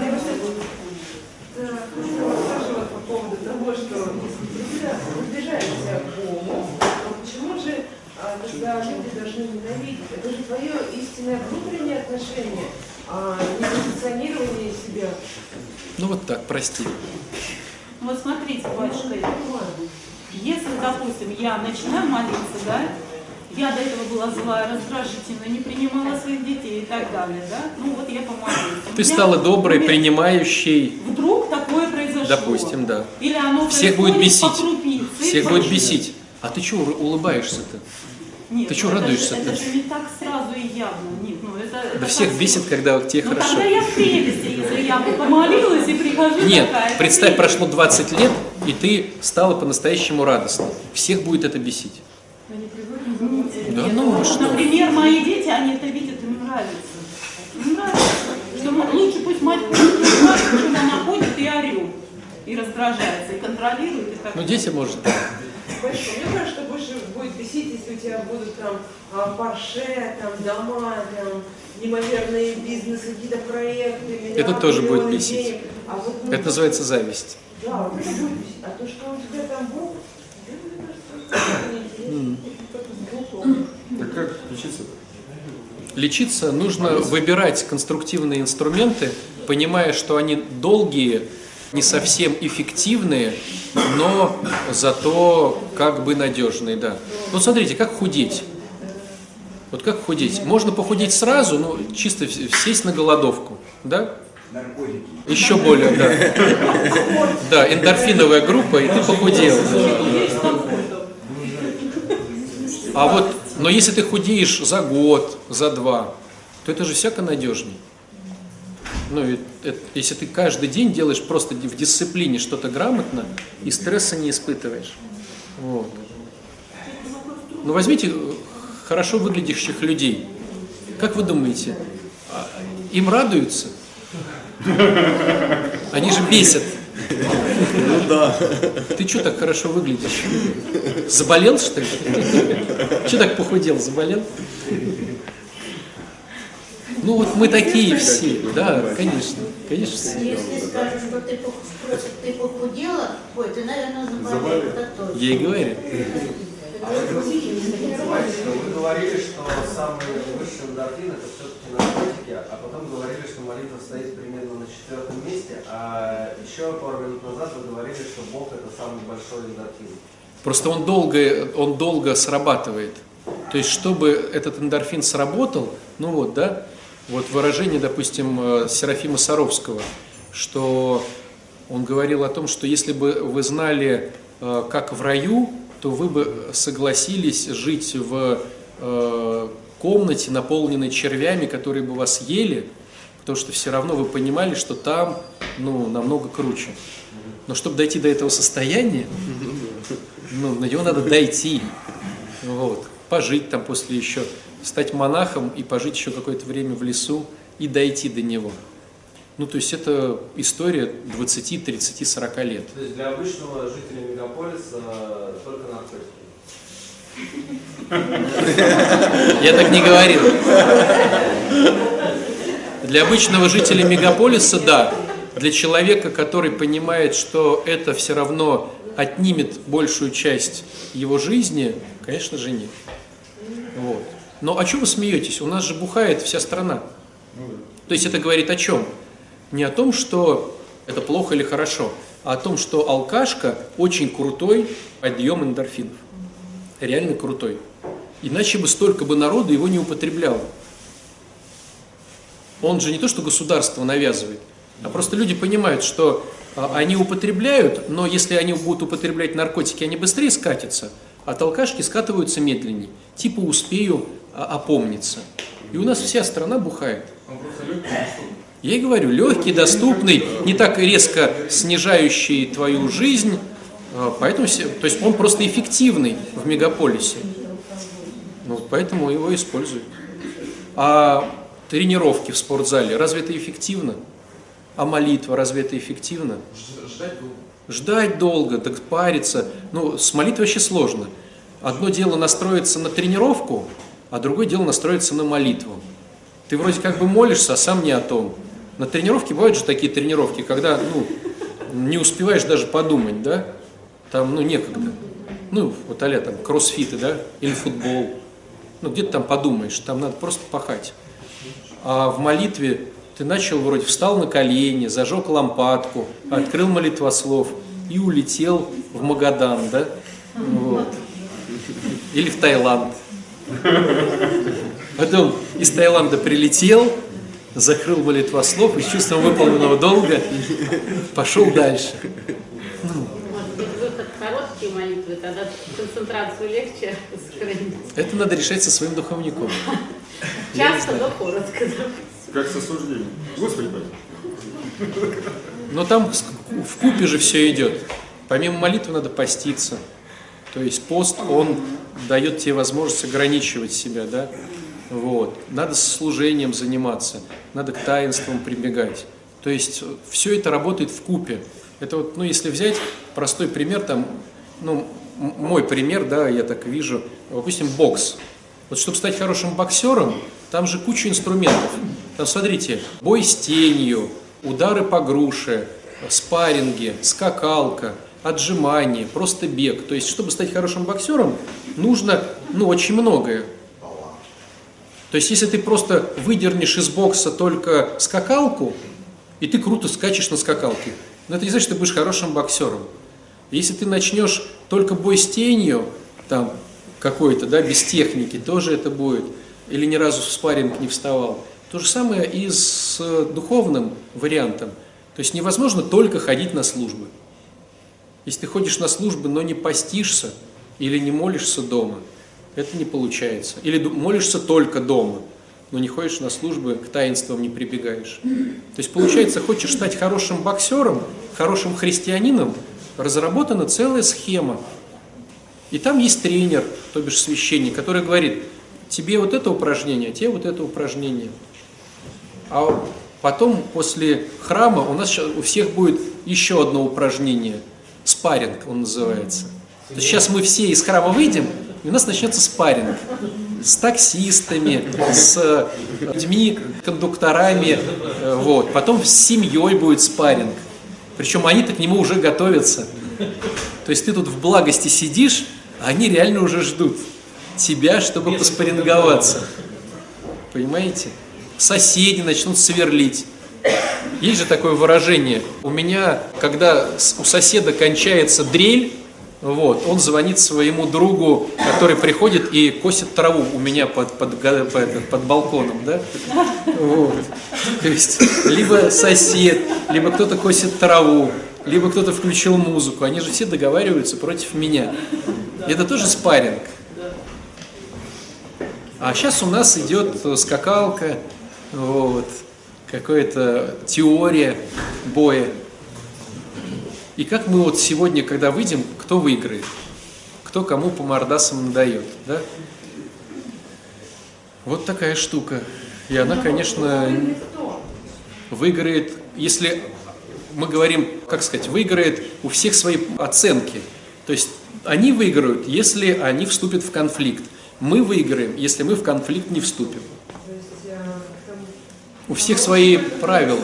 спрашиваю по поводу того, что если приближаешься к Богу, то почему же а, тогда люди должны ненавидеть? Это же твое истинное внутреннее отношение, а не позиционирование себя. Ну вот так, прости. Вот смотрите, батюшка, если, допустим, я начинаю молиться, да, я до этого была злая, раздражительная, не принимала своих детей и так далее, да, ну вот я помолилась. Ты стала доброй, вдруг, принимающей. Вдруг такое произошло. Допустим, да. Или оно Всех будет бесить. по крупице, Всех по будет крупице. бесить. А ты чего улыбаешься-то? Нет, Ты чего это радуешься-то? же, это же не так сразу и явно. Нет, ну это, Да это всех как- бесит, когда тебе Ну хорошо. тогда я в прелести, если я бы помолилась и прихожу Нет, такая. это представь, прелесть. прошло двадцать лет, и ты стала по-настоящему радостной. Всех будет это бесить. Да Нет, ну вы вот, что? например, мои дети, они это видят, им нравится. Им нравится. Что м- лучше пусть мать плачет, чем она ходит и орет. И раздражается, и контролирует, и так Ну, далее. дети, может. Большой. Мне кажется, что больше будет бесить, если у тебя будут там а, Порше, там дома, там неимоверные бизнесы, какие-то проекты. Это миллиарды, тоже будет миллионы бесить. денег. А вот, ну, Это называется зависть. Да, вот это будет бесить. А то, что у тебя там Бог, это, мне кажется, неинтересно. Так как лечиться-то? Лечиться нужно выбирать конструктивные инструменты, понимая, что они долгие, не совсем эффективные, но зато как бы надежные, да. Ну, смотрите, как худеть. Вот как худеть? Можно похудеть сразу, ну, чисто сесть на голодовку, да? Еще более, да. Да, эндорфиновая группа, и ты похудел. А вот, но если ты худеешь за год, за два, то это же всяко надежней. Ну, и это, если ты каждый день делаешь просто в дисциплине что-то грамотно, и стресса не испытываешь. Вот. Ну, возьмите хорошо выглядящих людей. Как вы думаете, а, им радуются? Они же бесят. Ну да. Ты что так хорошо выглядишь? Заболел, что ли? Что так похудел? Заболел? Ну вот мы такие все, да, конечно, конечно. все. Если скажешь, что ты пох- спросят, ты похудела, ой, ты, наверное, заболела. Это точно. Я и говорю. Вы говорили, что самый высший эндорфин это все-таки наркотики, а потом говорили, что молитва стоит примерно на четвертом месте, а еще пару минут назад вы говорили, что Бог это самый большой эндорфин. Просто он долго, он долго срабатывает. То есть, чтобы этот эндорфин сработал, ну вот, да, вот выражение, допустим, Серафима Саровского, что он говорил о том, что если бы вы знали, как в раю, то вы бы согласились жить в э, комнате, наполненной червями, которые бы вас ели, потому что все равно вы понимали, что там, ну, намного круче. Но чтобы дойти до этого состояния, ну, на него надо дойти, вот, пожить там после еще, стать монахом и пожить еще какое-то время в лесу и дойти до него. Ну, то есть это история двадцать, тридцать, сорок лет. То есть для обычного жителя мегаполиса только наркотики. Я так не говорил. Для обычного жителя мегаполиса, да. Для человека, который понимает, что это все равно отнимет большую часть его жизни, конечно же, нет. Вот. Но о чем вы смеетесь? У нас же бухает вся страна. То есть это говорит о чем? Не о том, что это плохо или хорошо, а о том, что алкашка очень крутой подъем эндорфинов. Реально крутой. Иначе бы столько бы народу его не употребляло. Он же не то, что государство навязывает, а просто люди понимают, что а, они употребляют, но если они будут употреблять наркотики, они быстрее скатятся, а алкашки скатываются медленнее. Типа успею а, опомниться. И у нас вся страна бухает. Я и говорю, легкий, доступный, не так резко снижающий твою жизнь, поэтому, то есть он просто эффективный в мегаполисе. Ну, поэтому его используют. А тренировки в спортзале, разве это эффективно? А молитва, разве это эффективно? Ждать долго. Ждать долго, так париться. Ну, с молитвой вообще сложно. Одно дело настроиться на тренировку, а другое дело настроиться на молитву. Ты вроде как бы молишься, а сам не о том. На тренировке бывают же такие тренировки, когда ну, не успеваешь даже подумать, да? Там, ну, некогда. Ну, вот а-ля там кроссфиты, да? Или футбол. Ну, где-то там подумаешь, там надо просто пахать. А в молитве ты начал вроде, встал на колени, зажег лампадку, открыл молитвослов и улетел в Магадан, да? Вот. Или в Таиланд. Потом из Таиланда прилетел, закрыл молитвослов и с чувством выполненного долга пошел дальше. Может быть, выход короткие молитвы, тогда концентрацию легче сохранить. Это надо решать со своим духовником. Часто, но коротко. Как с осуждением. Господи, пойми. Но там вкупе же все идет. Помимо молитвы надо поститься. То есть пост, он дает тебе возможность ограничивать себя, да? Вот. Надо с служением заниматься, надо к таинствам прибегать. То есть все это работает вкупе. Это вот, ну, если взять простой пример, там, ну, мой пример, да, я так вижу, допустим, бокс. Вот чтобы стать хорошим боксером, там же куча инструментов. Там, смотрите, бой с тенью, удары по груше, спарринги, скакалка, отжимания, просто бег. То есть, чтобы стать хорошим боксером, нужно, ну, очень многое. То есть, если ты просто выдернешь из бокса только скакалку, и ты круто скачешь на скакалке, но это не значит, что ты будешь хорошим боксером. Если ты начнешь только бой с тенью, там, какой-то, да, без техники, тоже это будет, или ни разу в спарринг не вставал. То же самое и с духовным вариантом. То есть, невозможно только ходить на службы. Если ты ходишь на службы, но не постишься или не молишься дома, это не получается. Или молишься только дома, но не ходишь на службы, к таинствам не прибегаешь. То есть, получается, хочешь стать хорошим боксером, хорошим христианином, разработана целая схема. И там есть тренер, то бишь священник, который говорит, тебе вот это упражнение, тебе вот это упражнение. А потом, после храма, у нас у всех будет еще одно упражнение. Спарринг он называется. То есть сейчас мы все из храма выйдем, и у нас начнется спарринг. С таксистами, с людьми, кондукторами. Вот. Потом с семьей будет спарринг. Причем они-то к нему уже готовятся. То есть ты тут в благости сидишь, а они реально уже ждут тебя, чтобы поспарринговаться. Понимаете? Соседи начнут сверлить. Есть же такое выражение. У меня, когда у соседа кончается дрель, вот, он звонит своему другу, который приходит и косит траву у меня под, под, под, под балконом, да? Вот. То есть, либо сосед, либо кто-то косит траву, либо кто-то включил музыку. Они же все договариваются против меня. И это тоже спарринг. А сейчас у нас идет скакалка, вот, какая-то теория боя. И как мы вот сегодня, когда выйдем, кто выиграет? Кто кому по мордасам надает, да? Вот такая штука. И она, конечно, выиграет, если мы говорим, как сказать, выиграет у всех свои оценки. То есть они выиграют, если они вступят в конфликт. Мы выиграем, если мы в конфликт не вступим. У всех свои правила.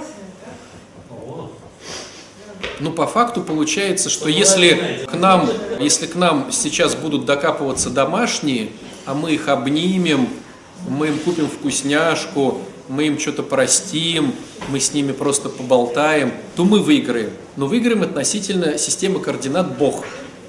Ну, по факту получается, что если к нам, если к нам сейчас будут докапываться домашние, а мы их обнимем, мы им купим вкусняшку, мы им что-то простим, мы с ними просто поболтаем, то мы выиграем. Но выиграем относительно системы координат Бог.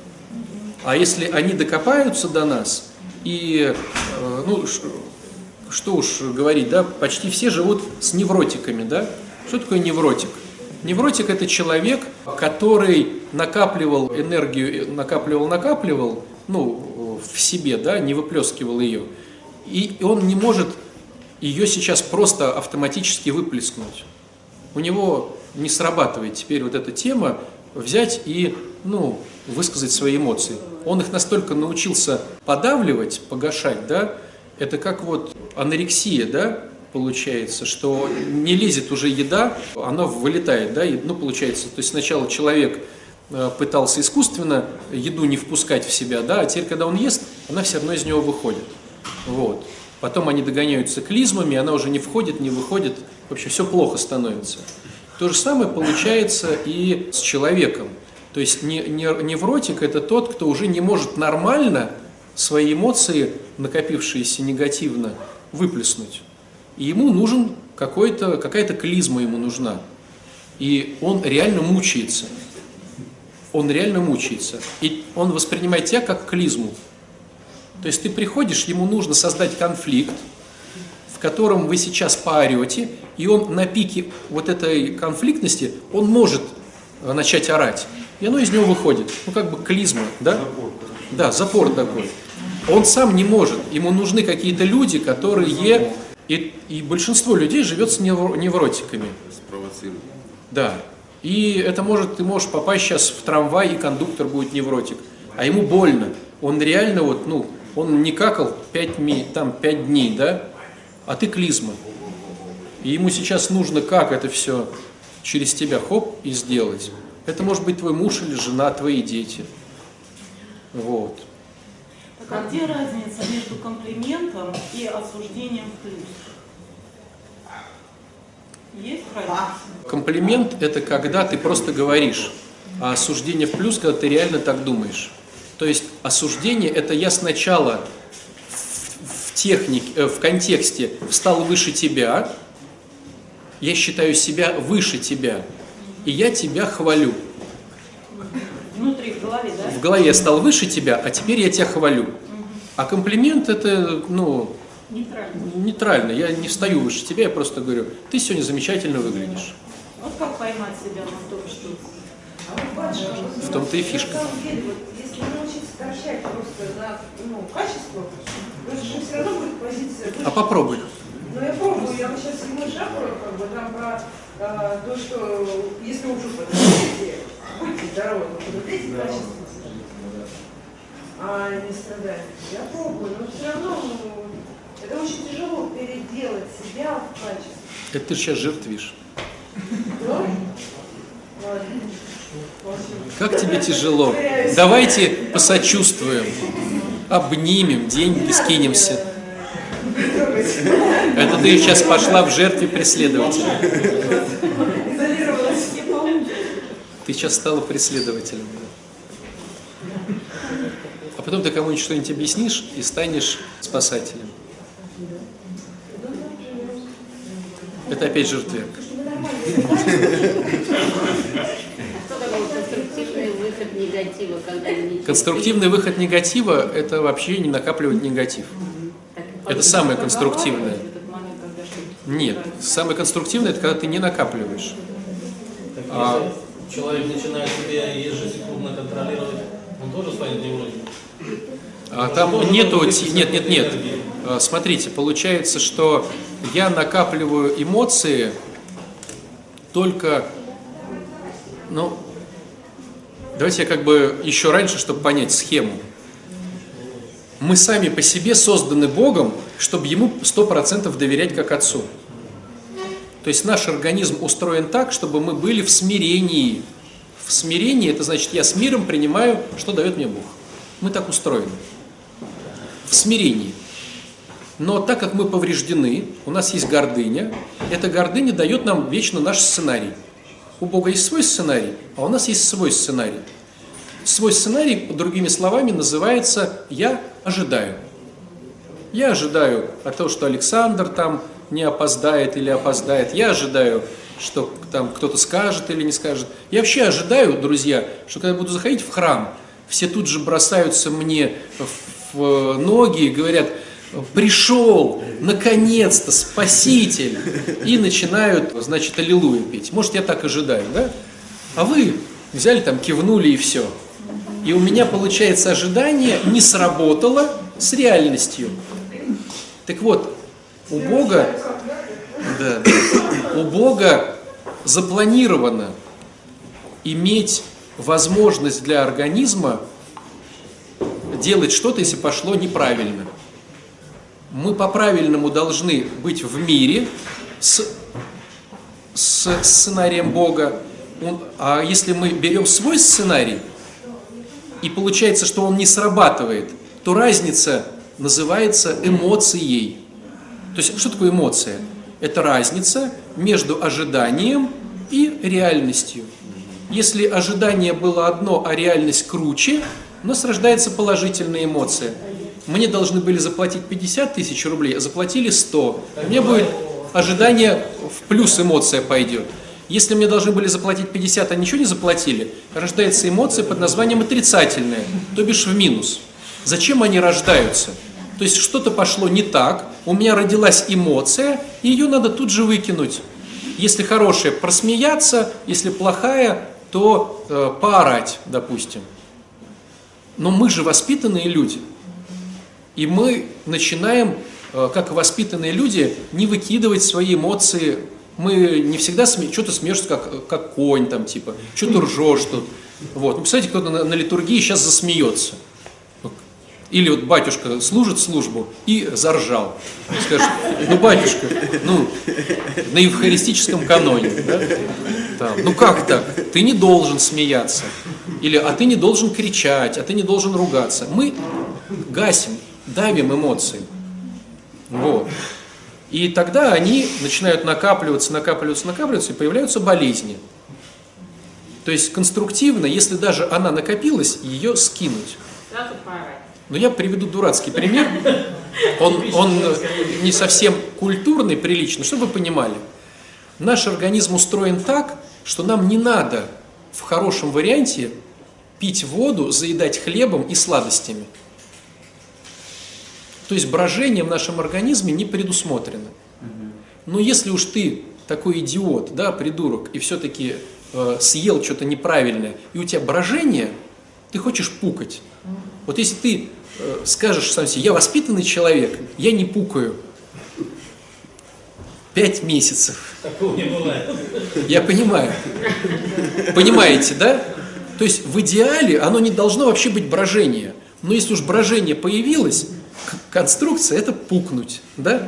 А если они докопаются до нас, и, ну, что уж говорить, да, почти все живут с невротиками, да? Что такое невротик? Невротик – это человек, который накапливал энергию, накапливал, накапливал, ну, в себе, да, не выплескивал ее, и он не может ее сейчас просто автоматически выплеснуть. У него не срабатывает теперь вот эта тема взять и, ну, высказать свои эмоции. Он их настолько научился подавливать, погашать, да, это как вот анорексия, да, получается, что не лезет уже еда, она вылетает, да, ну, получается, то есть сначала человек пытался искусственно еду не впускать в себя, да, а теперь, когда он ест, она все равно из него выходит, вот. Потом они догоняются клизмами, она уже не входит, не выходит, вообще все плохо становится. То же самое получается и с человеком. То есть невротик – это тот, кто уже не может нормально свои эмоции, накопившиеся негативно, выплеснуть. И ему нужен какой-то, какая-то клизма ему нужна. И он реально мучается. Он реально мучается. И он воспринимает тебя как клизму. То есть ты приходишь, ему нужно создать конфликт, в котором вы сейчас поорете, и он на пике вот этой конфликтности, он может начать орать. И оно из него выходит. Ну, как бы клизма, да? Запор. Да, запор такой. Он сам не может. Ему нужны какие-то люди, которые... И, и большинство людей живет с невротиками. Спровоцирует. Да. И это может, ты можешь попасть сейчас в трамвай, и кондуктор будет невротик. А ему больно. Он реально вот, ну, он не какал пять, там, пять дней, да? А ты клизма. И ему сейчас нужно как это все через тебя хоп и сделать. Это может быть твой муж или жена, твои дети. Вот. Так, а где разница между комплиментом и осуждением в плюс? Есть разница? Комплимент – это когда ты просто говоришь, а осуждение в плюс, когда ты реально так думаешь. То есть осуждение – это я сначала в, технике, в контексте встал выше тебя, я считаю себя выше тебя, и я тебя хвалю. Внутри, в голове, да? В голове я стал выше тебя, а теперь я тебя хвалю. Угу. А комплимент – это, ну, нейтрально. нейтрально. Я не встаю выше тебя, я просто говорю, ты сегодня замечательно выглядишь. Вот как поймать себя на том, что... В том-то и фишка. На самом деле, вот, если научиться торчать просто на, ну, качество, то же все равно будет позиция... А попробуй. Ну, я пробую, я вот сейчас ему шапаю, как бы, там про а, то, что если уж вы подходите, будьте здоровы, но вот эти качества, а не страдать. Я пробую, но все равно ну, это очень тяжело переделать себя в качестве. Это ты сейчас жертвишь. Да? Ладно. Как тебе тяжело? Давайте посочувствуем, обнимем, деньги скинемся. Это ты сейчас пошла в жертве преследователя. Ты сейчас стала преследователем. А потом ты кому-нибудь что-нибудь объяснишь и станешь спасателем. Это опять жертве. Конструктивный выход негатива, когда не... Конструктивный выход негатива – это вообще не накапливать негатив. Это самое конструктивное. Нет, самое конструктивное – это когда ты не накапливаешь. Так, А... если человек начинает себя ежесекундно контролировать, он тоже станет невротиком? А там нету, нет, нет, нет. Смотрите, получается, что я накапливаю эмоции только, ну, давайте я как бы еще раньше, чтобы понять схему. Мы сами по себе созданы Богом, чтобы Ему сто процентов доверять как Отцу. То есть наш организм устроен так, чтобы мы были в смирении. В смирении, это значит, я с миром принимаю, что дает мне Бог. Мы так устроены. В смирении. Но так как мы повреждены, у нас есть гордыня, эта гордыня дает нам вечно наш сценарий. У Бога есть свой сценарий, а у нас есть свой сценарий. Свой сценарий, другими словами, называется «я ожидаю». Я ожидаю от того, что Александр там не опоздает или опоздает. Я ожидаю, что там кто-то скажет или не скажет. Я вообще ожидаю, друзья, что когда я буду заходить в храм, все тут же бросаются мне в ноги и говорят: пришел, наконец-то, Спаситель, и начинают, значит, аллилуйя петь. Может, я так ожидаю, да? А вы взяли там, кивнули и все. И у меня, получается, ожидание не сработало с реальностью. Так вот, у Бога, да, у Бога запланировано иметь возможность для организма делать что-то, если пошло неправильно. Мы по-правильному должны быть в мире с, с сценарием Бога. А если мы берем свой сценарий, и получается, что он не срабатывает, то разница называется эмоцией. То есть, что такое эмоция? Это разница между ожиданием и реальностью. Если ожидание было одно, а реальность круче, у нас рождается положительная эмоция. Мне должны были заплатить пятьдесят тысяч рублей, а заплатили сто. У меня будет ожидание, в плюс эмоция пойдет. Если мне должны были заплатить пятьдесят, а ничего не заплатили, рождается эмоция под названием отрицательная, то бишь в минус. Зачем они рождаются? То есть что-то пошло не так, у меня родилась эмоция, и ее надо тут же выкинуть. Если хорошая, просмеяться, если плохая, то э, поорать, допустим. Но мы же воспитанные люди. И мы начинаем, э, как воспитанные люди, не выкидывать свои эмоции. Мы не всегда сме... что-то смеешься, как, как конь, там, типа, что-то ржешь тут. Вот. Ну, представляете, кто-то на, на литургии сейчас засмеется. Или вот батюшка служит службу и заржал. Скажет: ну, батюшка, ну, на евхаристическом каноне, да? Там, ну как так? Ты не должен смеяться. Или, а ты не должен кричать, а ты не должен ругаться. Мы гасим, давим эмоции. Вот. И тогда они начинают накапливаться, накапливаться, накапливаться, и появляются болезни. То есть конструктивно, если даже она накопилась, ее скинуть. Сразу поорать. Но я приведу дурацкий пример. Он, он не совсем культурный, приличный, чтобы вы понимали. Наш организм устроен так, что нам не надо в хорошем варианте пить воду, заедать хлебом и сладостями. То есть брожение в нашем организме не предусмотрено. Но если уж ты такой идиот, да, придурок, и все-таки э, съел что-то неправильное, и у тебя брожение, ты хочешь пукать. Вот если ты э, скажешь сам себе: я воспитанный человек, я не пукаю. Пять месяцев. Такого не бывает. Я понимаю. Понимаете, да? То есть в идеале оно не должно вообще быть брожение. Но если уж брожение появилось, конструкция — это пукнуть, да?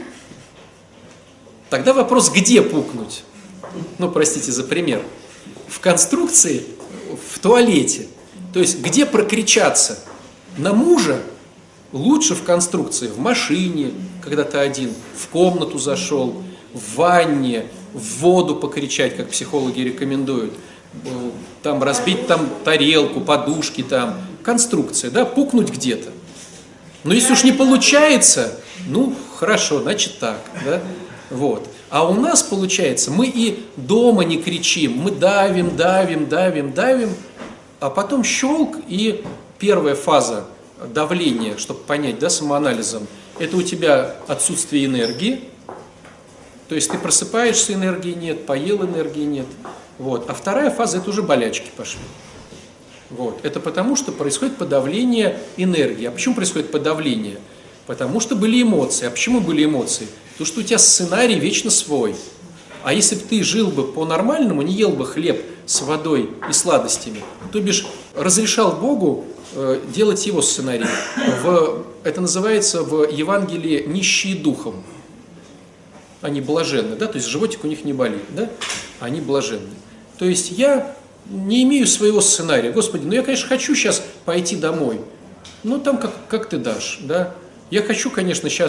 Тогда вопрос: где пукнуть? Ну, простите за пример. В конструкции, в туалете. То есть где прокричаться? На мужа лучше в конструкции, в машине, когда ты один, в комнату зашел, в ванне, в воду покричать, как психологи рекомендуют, там разбить там тарелку, подушки там, конструкция, да, пукнуть где-то. Но если уж не получается, ну, хорошо, значит так, да, вот. А у нас получается, мы и дома не кричим, мы давим, давим, давим, давим, а потом щелк, и первая фаза давления, чтобы понять, да, самоанализом, это у тебя отсутствие энергии, то есть ты просыпаешься, энергии нет, поел, энергии нет, вот. А вторая фаза — это уже болячки пошли. Вот. Это потому, что происходит подавление энергии. А почему происходит подавление? Потому что были эмоции. А почему были эмоции? Потому что у тебя сценарий вечно свой. А если бы ты жил бы по-нормальному, не ел бы хлеб с водой и сладостями, то бишь разрешал Богу э, делать его сценарий. В, это называется в Евангелии «нищие духом». Они блаженны, да? То есть животик у них не болит, да? Они блаженны. То есть я не имею своего сценария. Господи, ну я, конечно, хочу сейчас пойти домой. Ну там как, как ты дашь, да? Я хочу, конечно, сейчас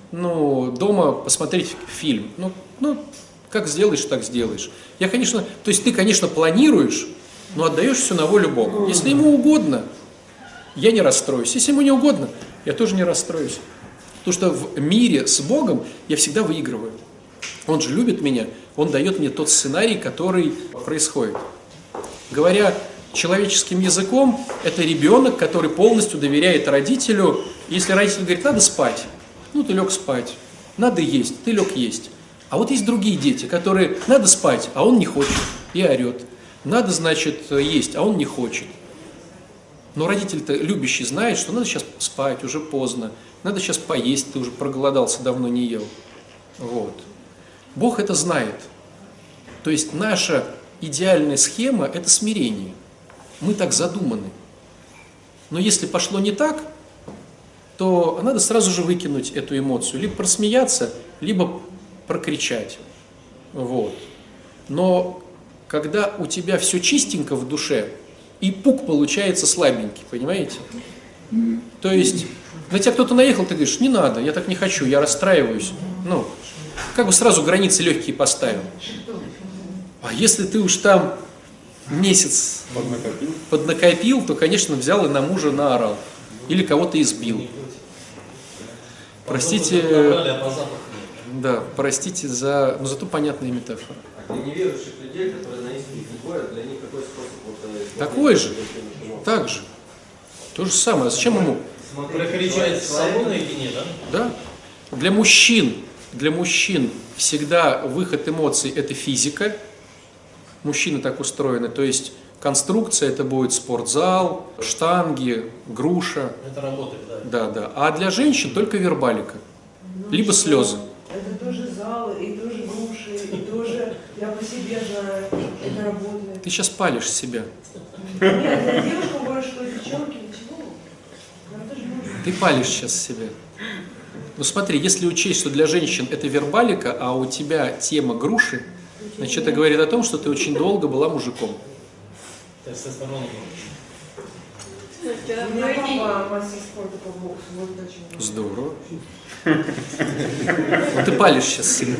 ну, дома посмотреть фильм. Ну, ну, как сделаешь, так сделаешь. Я, конечно, то есть ты, конечно, планируешь, но отдаешь все на волю Богу. Если ему угодно, я не расстроюсь. Если ему не угодно, я тоже не расстроюсь. Потому что в мире с Богом я всегда выигрываю. Он же любит меня, он дает мне тот сценарий, который происходит. Говоря человеческим языком, это ребенок, который полностью доверяет родителю. Если родитель говорит, надо спать, ну ты лег спать, надо есть, ты лег есть. А вот есть другие дети, которые надо спать, а он не хочет и орет. Надо, значит, есть, а он не хочет. Но родитель-то любящий знает, что надо сейчас спать, уже поздно, надо сейчас поесть, ты уже проголодался, давно не ел. Вот. Бог это знает. То есть наша идеальная схема – это смирение. Мы так задуманы. Но если пошло не так, то надо сразу же выкинуть эту эмоцию. Либо просмеяться, либо прокричать. Вот. Но когда у тебя все чистенько в душе, и пук получается слабенький, понимаете? То есть на тебя кто-то наехал, ты говоришь, не надо, я так не хочу, я расстраиваюсь. Ну, как бы сразу границы легкие поставил. А если ты уж там месяц Поднакопил. поднакопил, то, конечно, взял и на мужа наорал. Или кого-то избил. Простите, да, простите за, но зато понятная метафора. А для неверующих людей, которые на исповедь не ходят, для них какой способ? Вот, Такой же, так же. То же самое. А зачем ему? Прокричать с собой наедине, да? Да. Для мужчин, для мужчин всегда выход эмоций – это физика. Мужчины так устроены. То есть конструкция – это будет спортзал, штанги, груша. Это работает, да. Да, да. А для женщин только вербалика. Либо слезы. Это тоже залы, и тоже груши, и тоже, я по себе знаю, это работает. Ты сейчас палишь себя. Нет, я девушкам говорю, что девчонки, ничего. Нам тоже нужно. Ты палишь сейчас себя. Ну смотри, если учесть, что для женщин это вербалика, а у тебя тема груши, значит, это говорит о том, что ты очень долго была мужиком. Тестостерон. У меня папа мастер спорта по боксу, вот почему. Здорово. Ну ты палишь сейчас себя.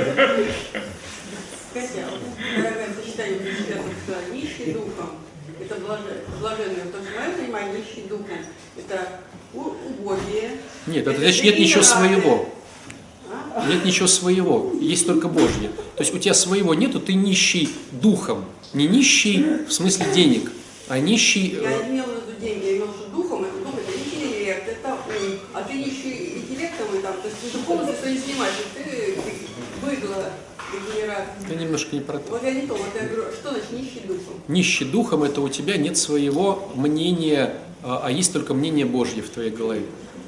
Катя, дорогая, сочетание сейчас вот нищий духом, это блаженное, потому что мое понимание нищий духом, это убогие. Нет, это значит нет ничего своего. Нет ничего своего, есть только Божье. То есть у тебя своего нету, ты нищий духом. Не нищий в смысле денег, а нищий... Я не имела в виду деньги, я имела в виду духом, это дух, это интеллект, это ум. А ты нищий интеллектом, и там, то есть ты полностью все не снимаешь, ты быдло, дегенерат. Это немножко не про то. Вот я не то, вот я говорю, что значит нищий духом? Нищий духом – это у тебя нет своего мнения, а есть только мнение Божье в твоей голове.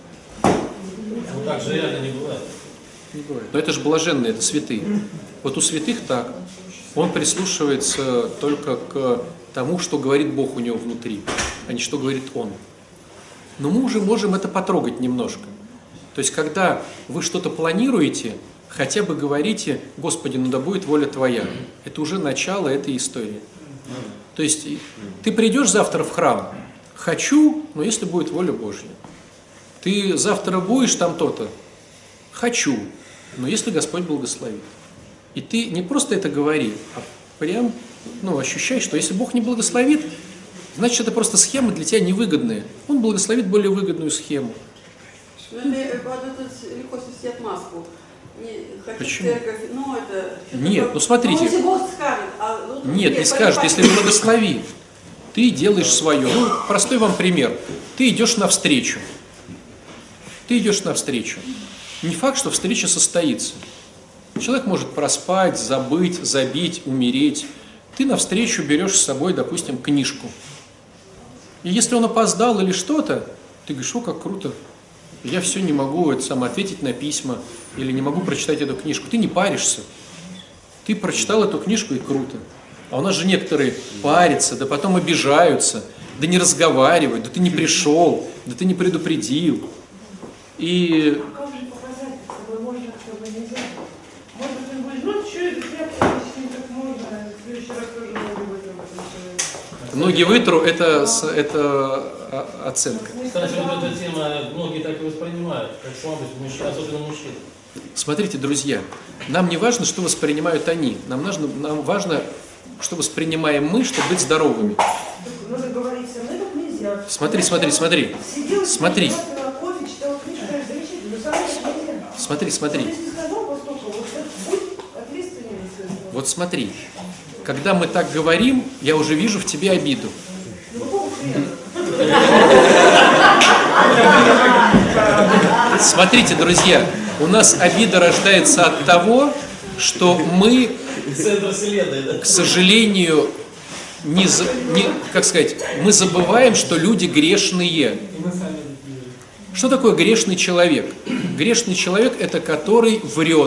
Ну так же реально не бывает. Не бывает. Но это же блаженные, это святые. Вот у святых так. Он прислушивается только к тому, что говорит Бог у него внутри, а не что говорит он. Но мы уже можем это потрогать немножко. То есть, когда вы что-то планируете, хотя бы говорите, Господи, ну да будет воля Твоя. Это уже начало этой истории. То есть, ты придешь завтра в храм, хочу, но если будет воля Божья. Ты завтра будешь там то-то, хочу, но если Господь благословит. И ты не просто это говори, а прям ну, ощущай, что если Бог не благословит, значит, это просто схема для тебя невыгодная. Он благословит более выгодную схему. Ну, это, это легко снести отмазку. Не, хочу Почему? Церковь, ну, это, Нет, такое, ну смотрите. Ну, если Бог скажет, а, ну, Нет, нет, не скажет, понимаете. если благослови. Ты делаешь свое. Ну, простой вам пример. Ты идешь навстречу. Ты идешь навстречу. Не факт, что встреча состоится. Человек может проспать, забыть, забить, умереть. Ты навстречу берешь с собой, допустим, книжку. И если он опоздал или что-то, ты говоришь, о, как круто. Я все не могу это сам ответить на письма или не могу прочитать эту книжку. Ты не паришься. Ты прочитал эту книжку и круто. А у нас же некоторые парятся, да потом обижаются, да не разговаривают, да ты не пришел, да ты не предупредил. И... А как же показать, с тобой можно, с тобой нельзя? Может быть, он будет, ну, что это тряпка, с ним так можно, в следующий раз тоже ноги вытру в этом человеке. Ноги вытру, это, это о- оценка. Кстати, вот эта тема, многие так и воспринимают, как слабость мужчин, особенно мужчин. Смотрите, друзья, нам не важно, что воспринимают они. Нам важно, нам важно, что воспринимаем мы, чтобы быть здоровыми. Надо говорить со мной, как нельзя. Смотри, смотри, смотри. Сидела, Смотри. пила кофе, читала книжку, конечно, замечательно, но со мной так нельзя. Смотри, смотри. Вот если сказал поступок, вот это будь ответственнее за это. Вот смотри. Когда мы так говорим, я уже вижу в тебе обиду. Ну, какого хрена? Смотрите, друзья, у нас обида рождается от того, что мы, Центр вселенной, да? к сожалению, не, за- не, как сказать, мы забываем, что люди грешные. Что такое грешный человек? Грешный человек – это который врет.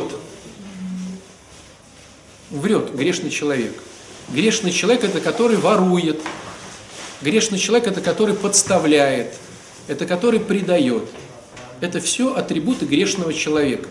Врет грешный человек. Грешный человек – это который ворует. Грешный человек – это который подставляет. Это который предает. Это все атрибуты грешного человека.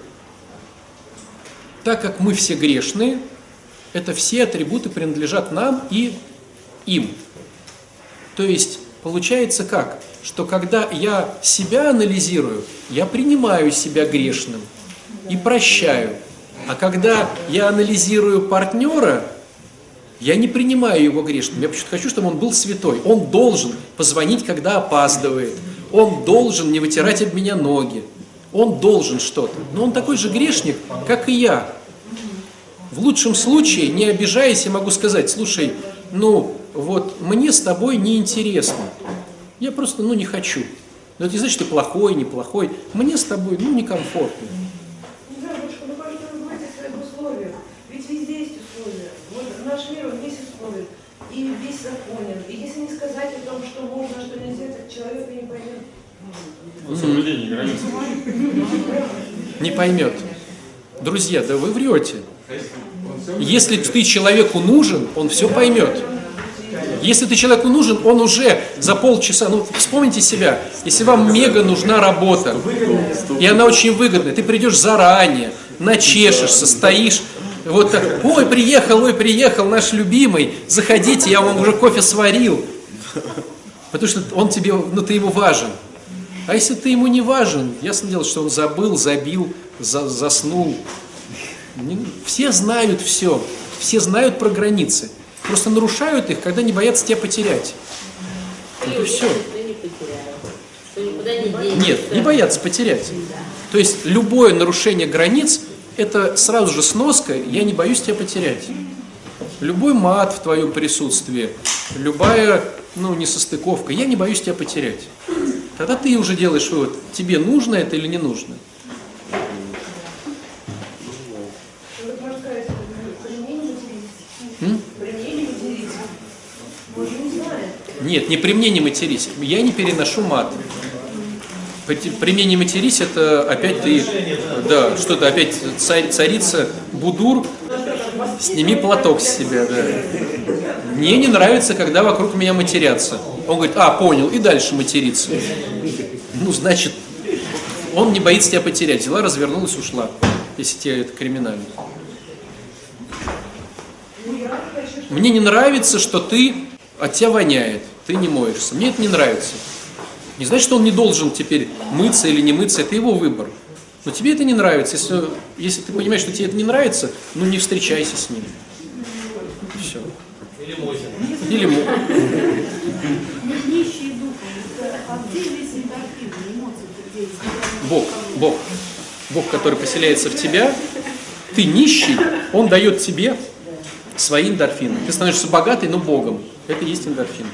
Так как мы все грешные, это все атрибуты принадлежат нам и им. То есть получается как? Что когда я себя анализирую, я принимаю себя грешным и прощаю. А когда я анализирую партнера, я не принимаю его грешным. Я почему-то хочу, чтобы он был святой. Он должен позвонить, когда опаздывает. Он должен не вытирать об меня ноги. Он должен что-то. Но он такой же грешник, как и я. В лучшем случае, не обижаясь, я могу сказать: слушай, ну вот мне с тобой неинтересно. Я просто, ну, не хочу. Но это не значит, что ты плохой, неплохой. Мне с тобой, ну, некомфортно. Не знаю, бабушка, ну кажется, вы говорите о своих условиях. Ведь везде есть условия. Вот наш мир, он весь условий. И весь законен. И если не сказать о том, что можно, а что нельзя, так человек и не поймет. Ну, соблюдение границ. Не поймет. Друзья, да вы врете. Если ты человеку нужен, он все поймет. Если ты человеку нужен, он уже за полчаса, ну вспомните себя, если вам мега нужна работа, и она очень выгодная, ты придешь заранее, начешешься, стоишь, вот так: ой, приехал, ой, приехал наш любимый, заходите, я вам уже кофе сварил. Потому что он тебе, ну ты ему важен. А если ты ему не важен, ясно дело, что он забыл, забил, за, заснул. Не- Все знают все, все знают про границы. Просто нарушают их, когда не боятся тебя потерять. Вот и все. Что не потеряю, что никуда не денется. Нет, не боятся потерять. То есть любое нарушение границ – это сразу же сноска, я не боюсь тебя потерять. Любой мат в твоем присутствии, любая, ну, несостыковка, я не боюсь тебя потерять. Тогда ты уже делаешь вывод, тебе нужно это или не нужно. Ну, так можно сказать, при мне не матерись. М? При мне не матерись. Он же не знает. Нет, не при мне не матерись, я не переношу мат. При при мне не матерись, это опять ты, да, что-то опять царь, царица, будур, сними платок с себя, да. Мне не нравится, когда вокруг меня матерятся. Он говорит: а, понял, и дальше материться. Ну, значит, он не боится тебя потерять. Взяла, развернулась, ушла, если тебе это криминально. Мне не нравится, что ты, от тебя воняет, ты не моешься. Мне это не нравится. Не значит, что он не должен теперь мыться или не мыться, это его выбор. Но тебе это не нравится. Если, если ты понимаешь, что тебе это не нравится, ну не встречайся с ним. Все. Или мойся. Или мо- Нищие духом. А где весь эндорфин, эмоции-то где? Бог, Бог, Бог, который поселяется в тебя, ты нищий, Он дает тебе свои эндорфины. Ты становишься богатый, но Богом. Это и есть эндорфин.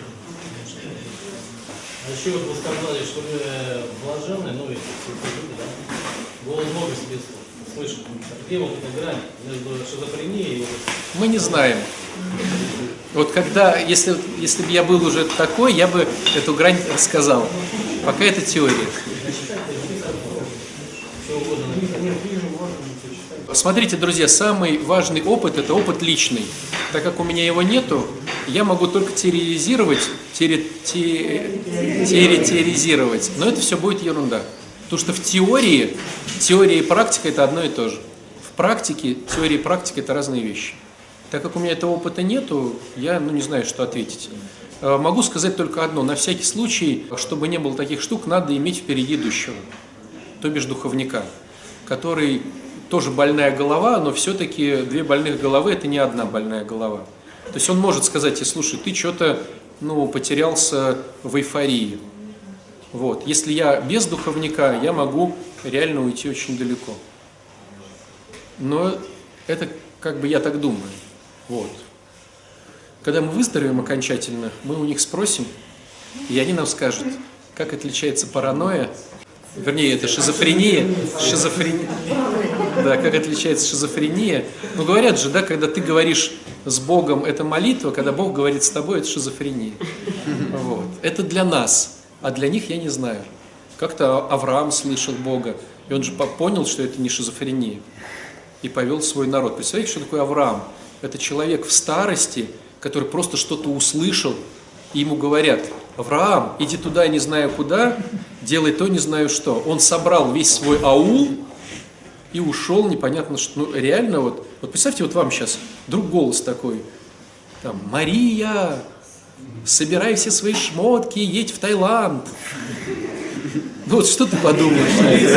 А еще вот вы сказали, что вы э, блаженны, ну, эти святые люди, да? Голос Бога себе слышит. Где вот эта грань между шизофренией и вот... Мы не знаем. Вот когда, если, если бы я был уже такой, я бы эту грань рассказал. Пока это теория. Смотрите, друзья, самый важный опыт – это опыт личный. Так как у меня его нету, я могу только теоретизировать, теоре- те- теоретизировать. Но это все будет ерунда. Потому что в теории, теория и практика – это одно и то же. В практике, теория и практика – это разные вещи. Так как у меня этого опыта нету, я, ну, не знаю, что ответить. Могу сказать только одно. На всякий случай, чтобы не было таких штук, надо иметь впереди идущего, то бишь духовника, который тоже больная голова, но все-таки две больных головы – это не одна больная голова. То есть он может сказать тебе: слушай, ты что-то ну, потерялся в эйфории. Вот. Если я без духовника, я могу реально уйти очень далеко. Но это как бы я так думаю. Вот. Когда мы выздоровеем окончательно, мы у них спросим, и они нам скажут, как отличается паранойя, вернее, это шизофрения, шизофрения, да, как отличается шизофрения. Ну, говорят же, да, когда ты говоришь с Богом, это молитва, когда Бог говорит с тобой, это шизофрения. Вот. Это для нас, а для них я не знаю. Как-то Авраам слышал Бога, и он же понял, что это не шизофрения, и повел свой народ. Представляете, что такое Авраам? Это человек в старости, который просто что-то услышал, и ему говорят: Авраам, иди туда, не знаю куда, делай то, не знаю что. Он собрал весь свой аул и ушел, непонятно что. Ну, реально, вот, вот представьте, вот вам сейчас вдруг голос такой, там: Мария, собирай все свои шмотки, едь в Таиланд. Ну вот что ты подумаешь?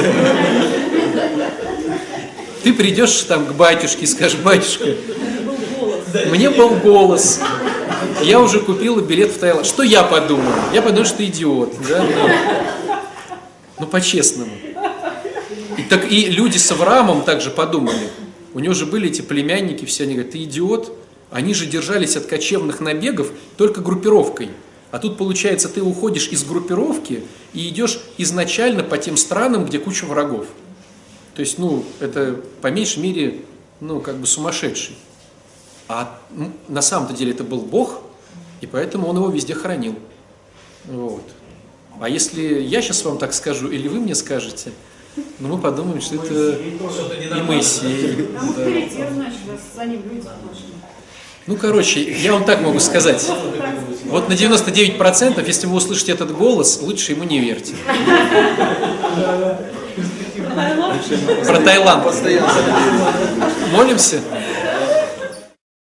Ты придешь там к батюшке и скажешь: батюшка, мне был голос, я уже купила билет в Таиланд. Что я подумаю? Я подумаю, что ты идиот. Да? Ну, по-честному. И, так, и люди с Авраамом также подумали. У него же были эти племянники, все они говорят: ты идиот. Они же держались от кочевных набегов только группировкой. А тут, получается, ты уходишь из группировки и идешь изначально по тем странам, где куча врагов. То есть, ну, это по меньшей мере, ну, как бы сумасшедший. А ну, на самом-то деле это был Бог, и поэтому он его везде хранил. Вот. А если я сейчас вам так скажу, или вы мне скажете, ну мы подумаем, что это и Моисей. А мы перейдем, значит, за ним люди пошли. Ну, короче, я вам так могу сказать. Вот на девяносто девять процентов, если вы услышите этот голос, лучше ему не верьте. Про Таиланд. Молимся?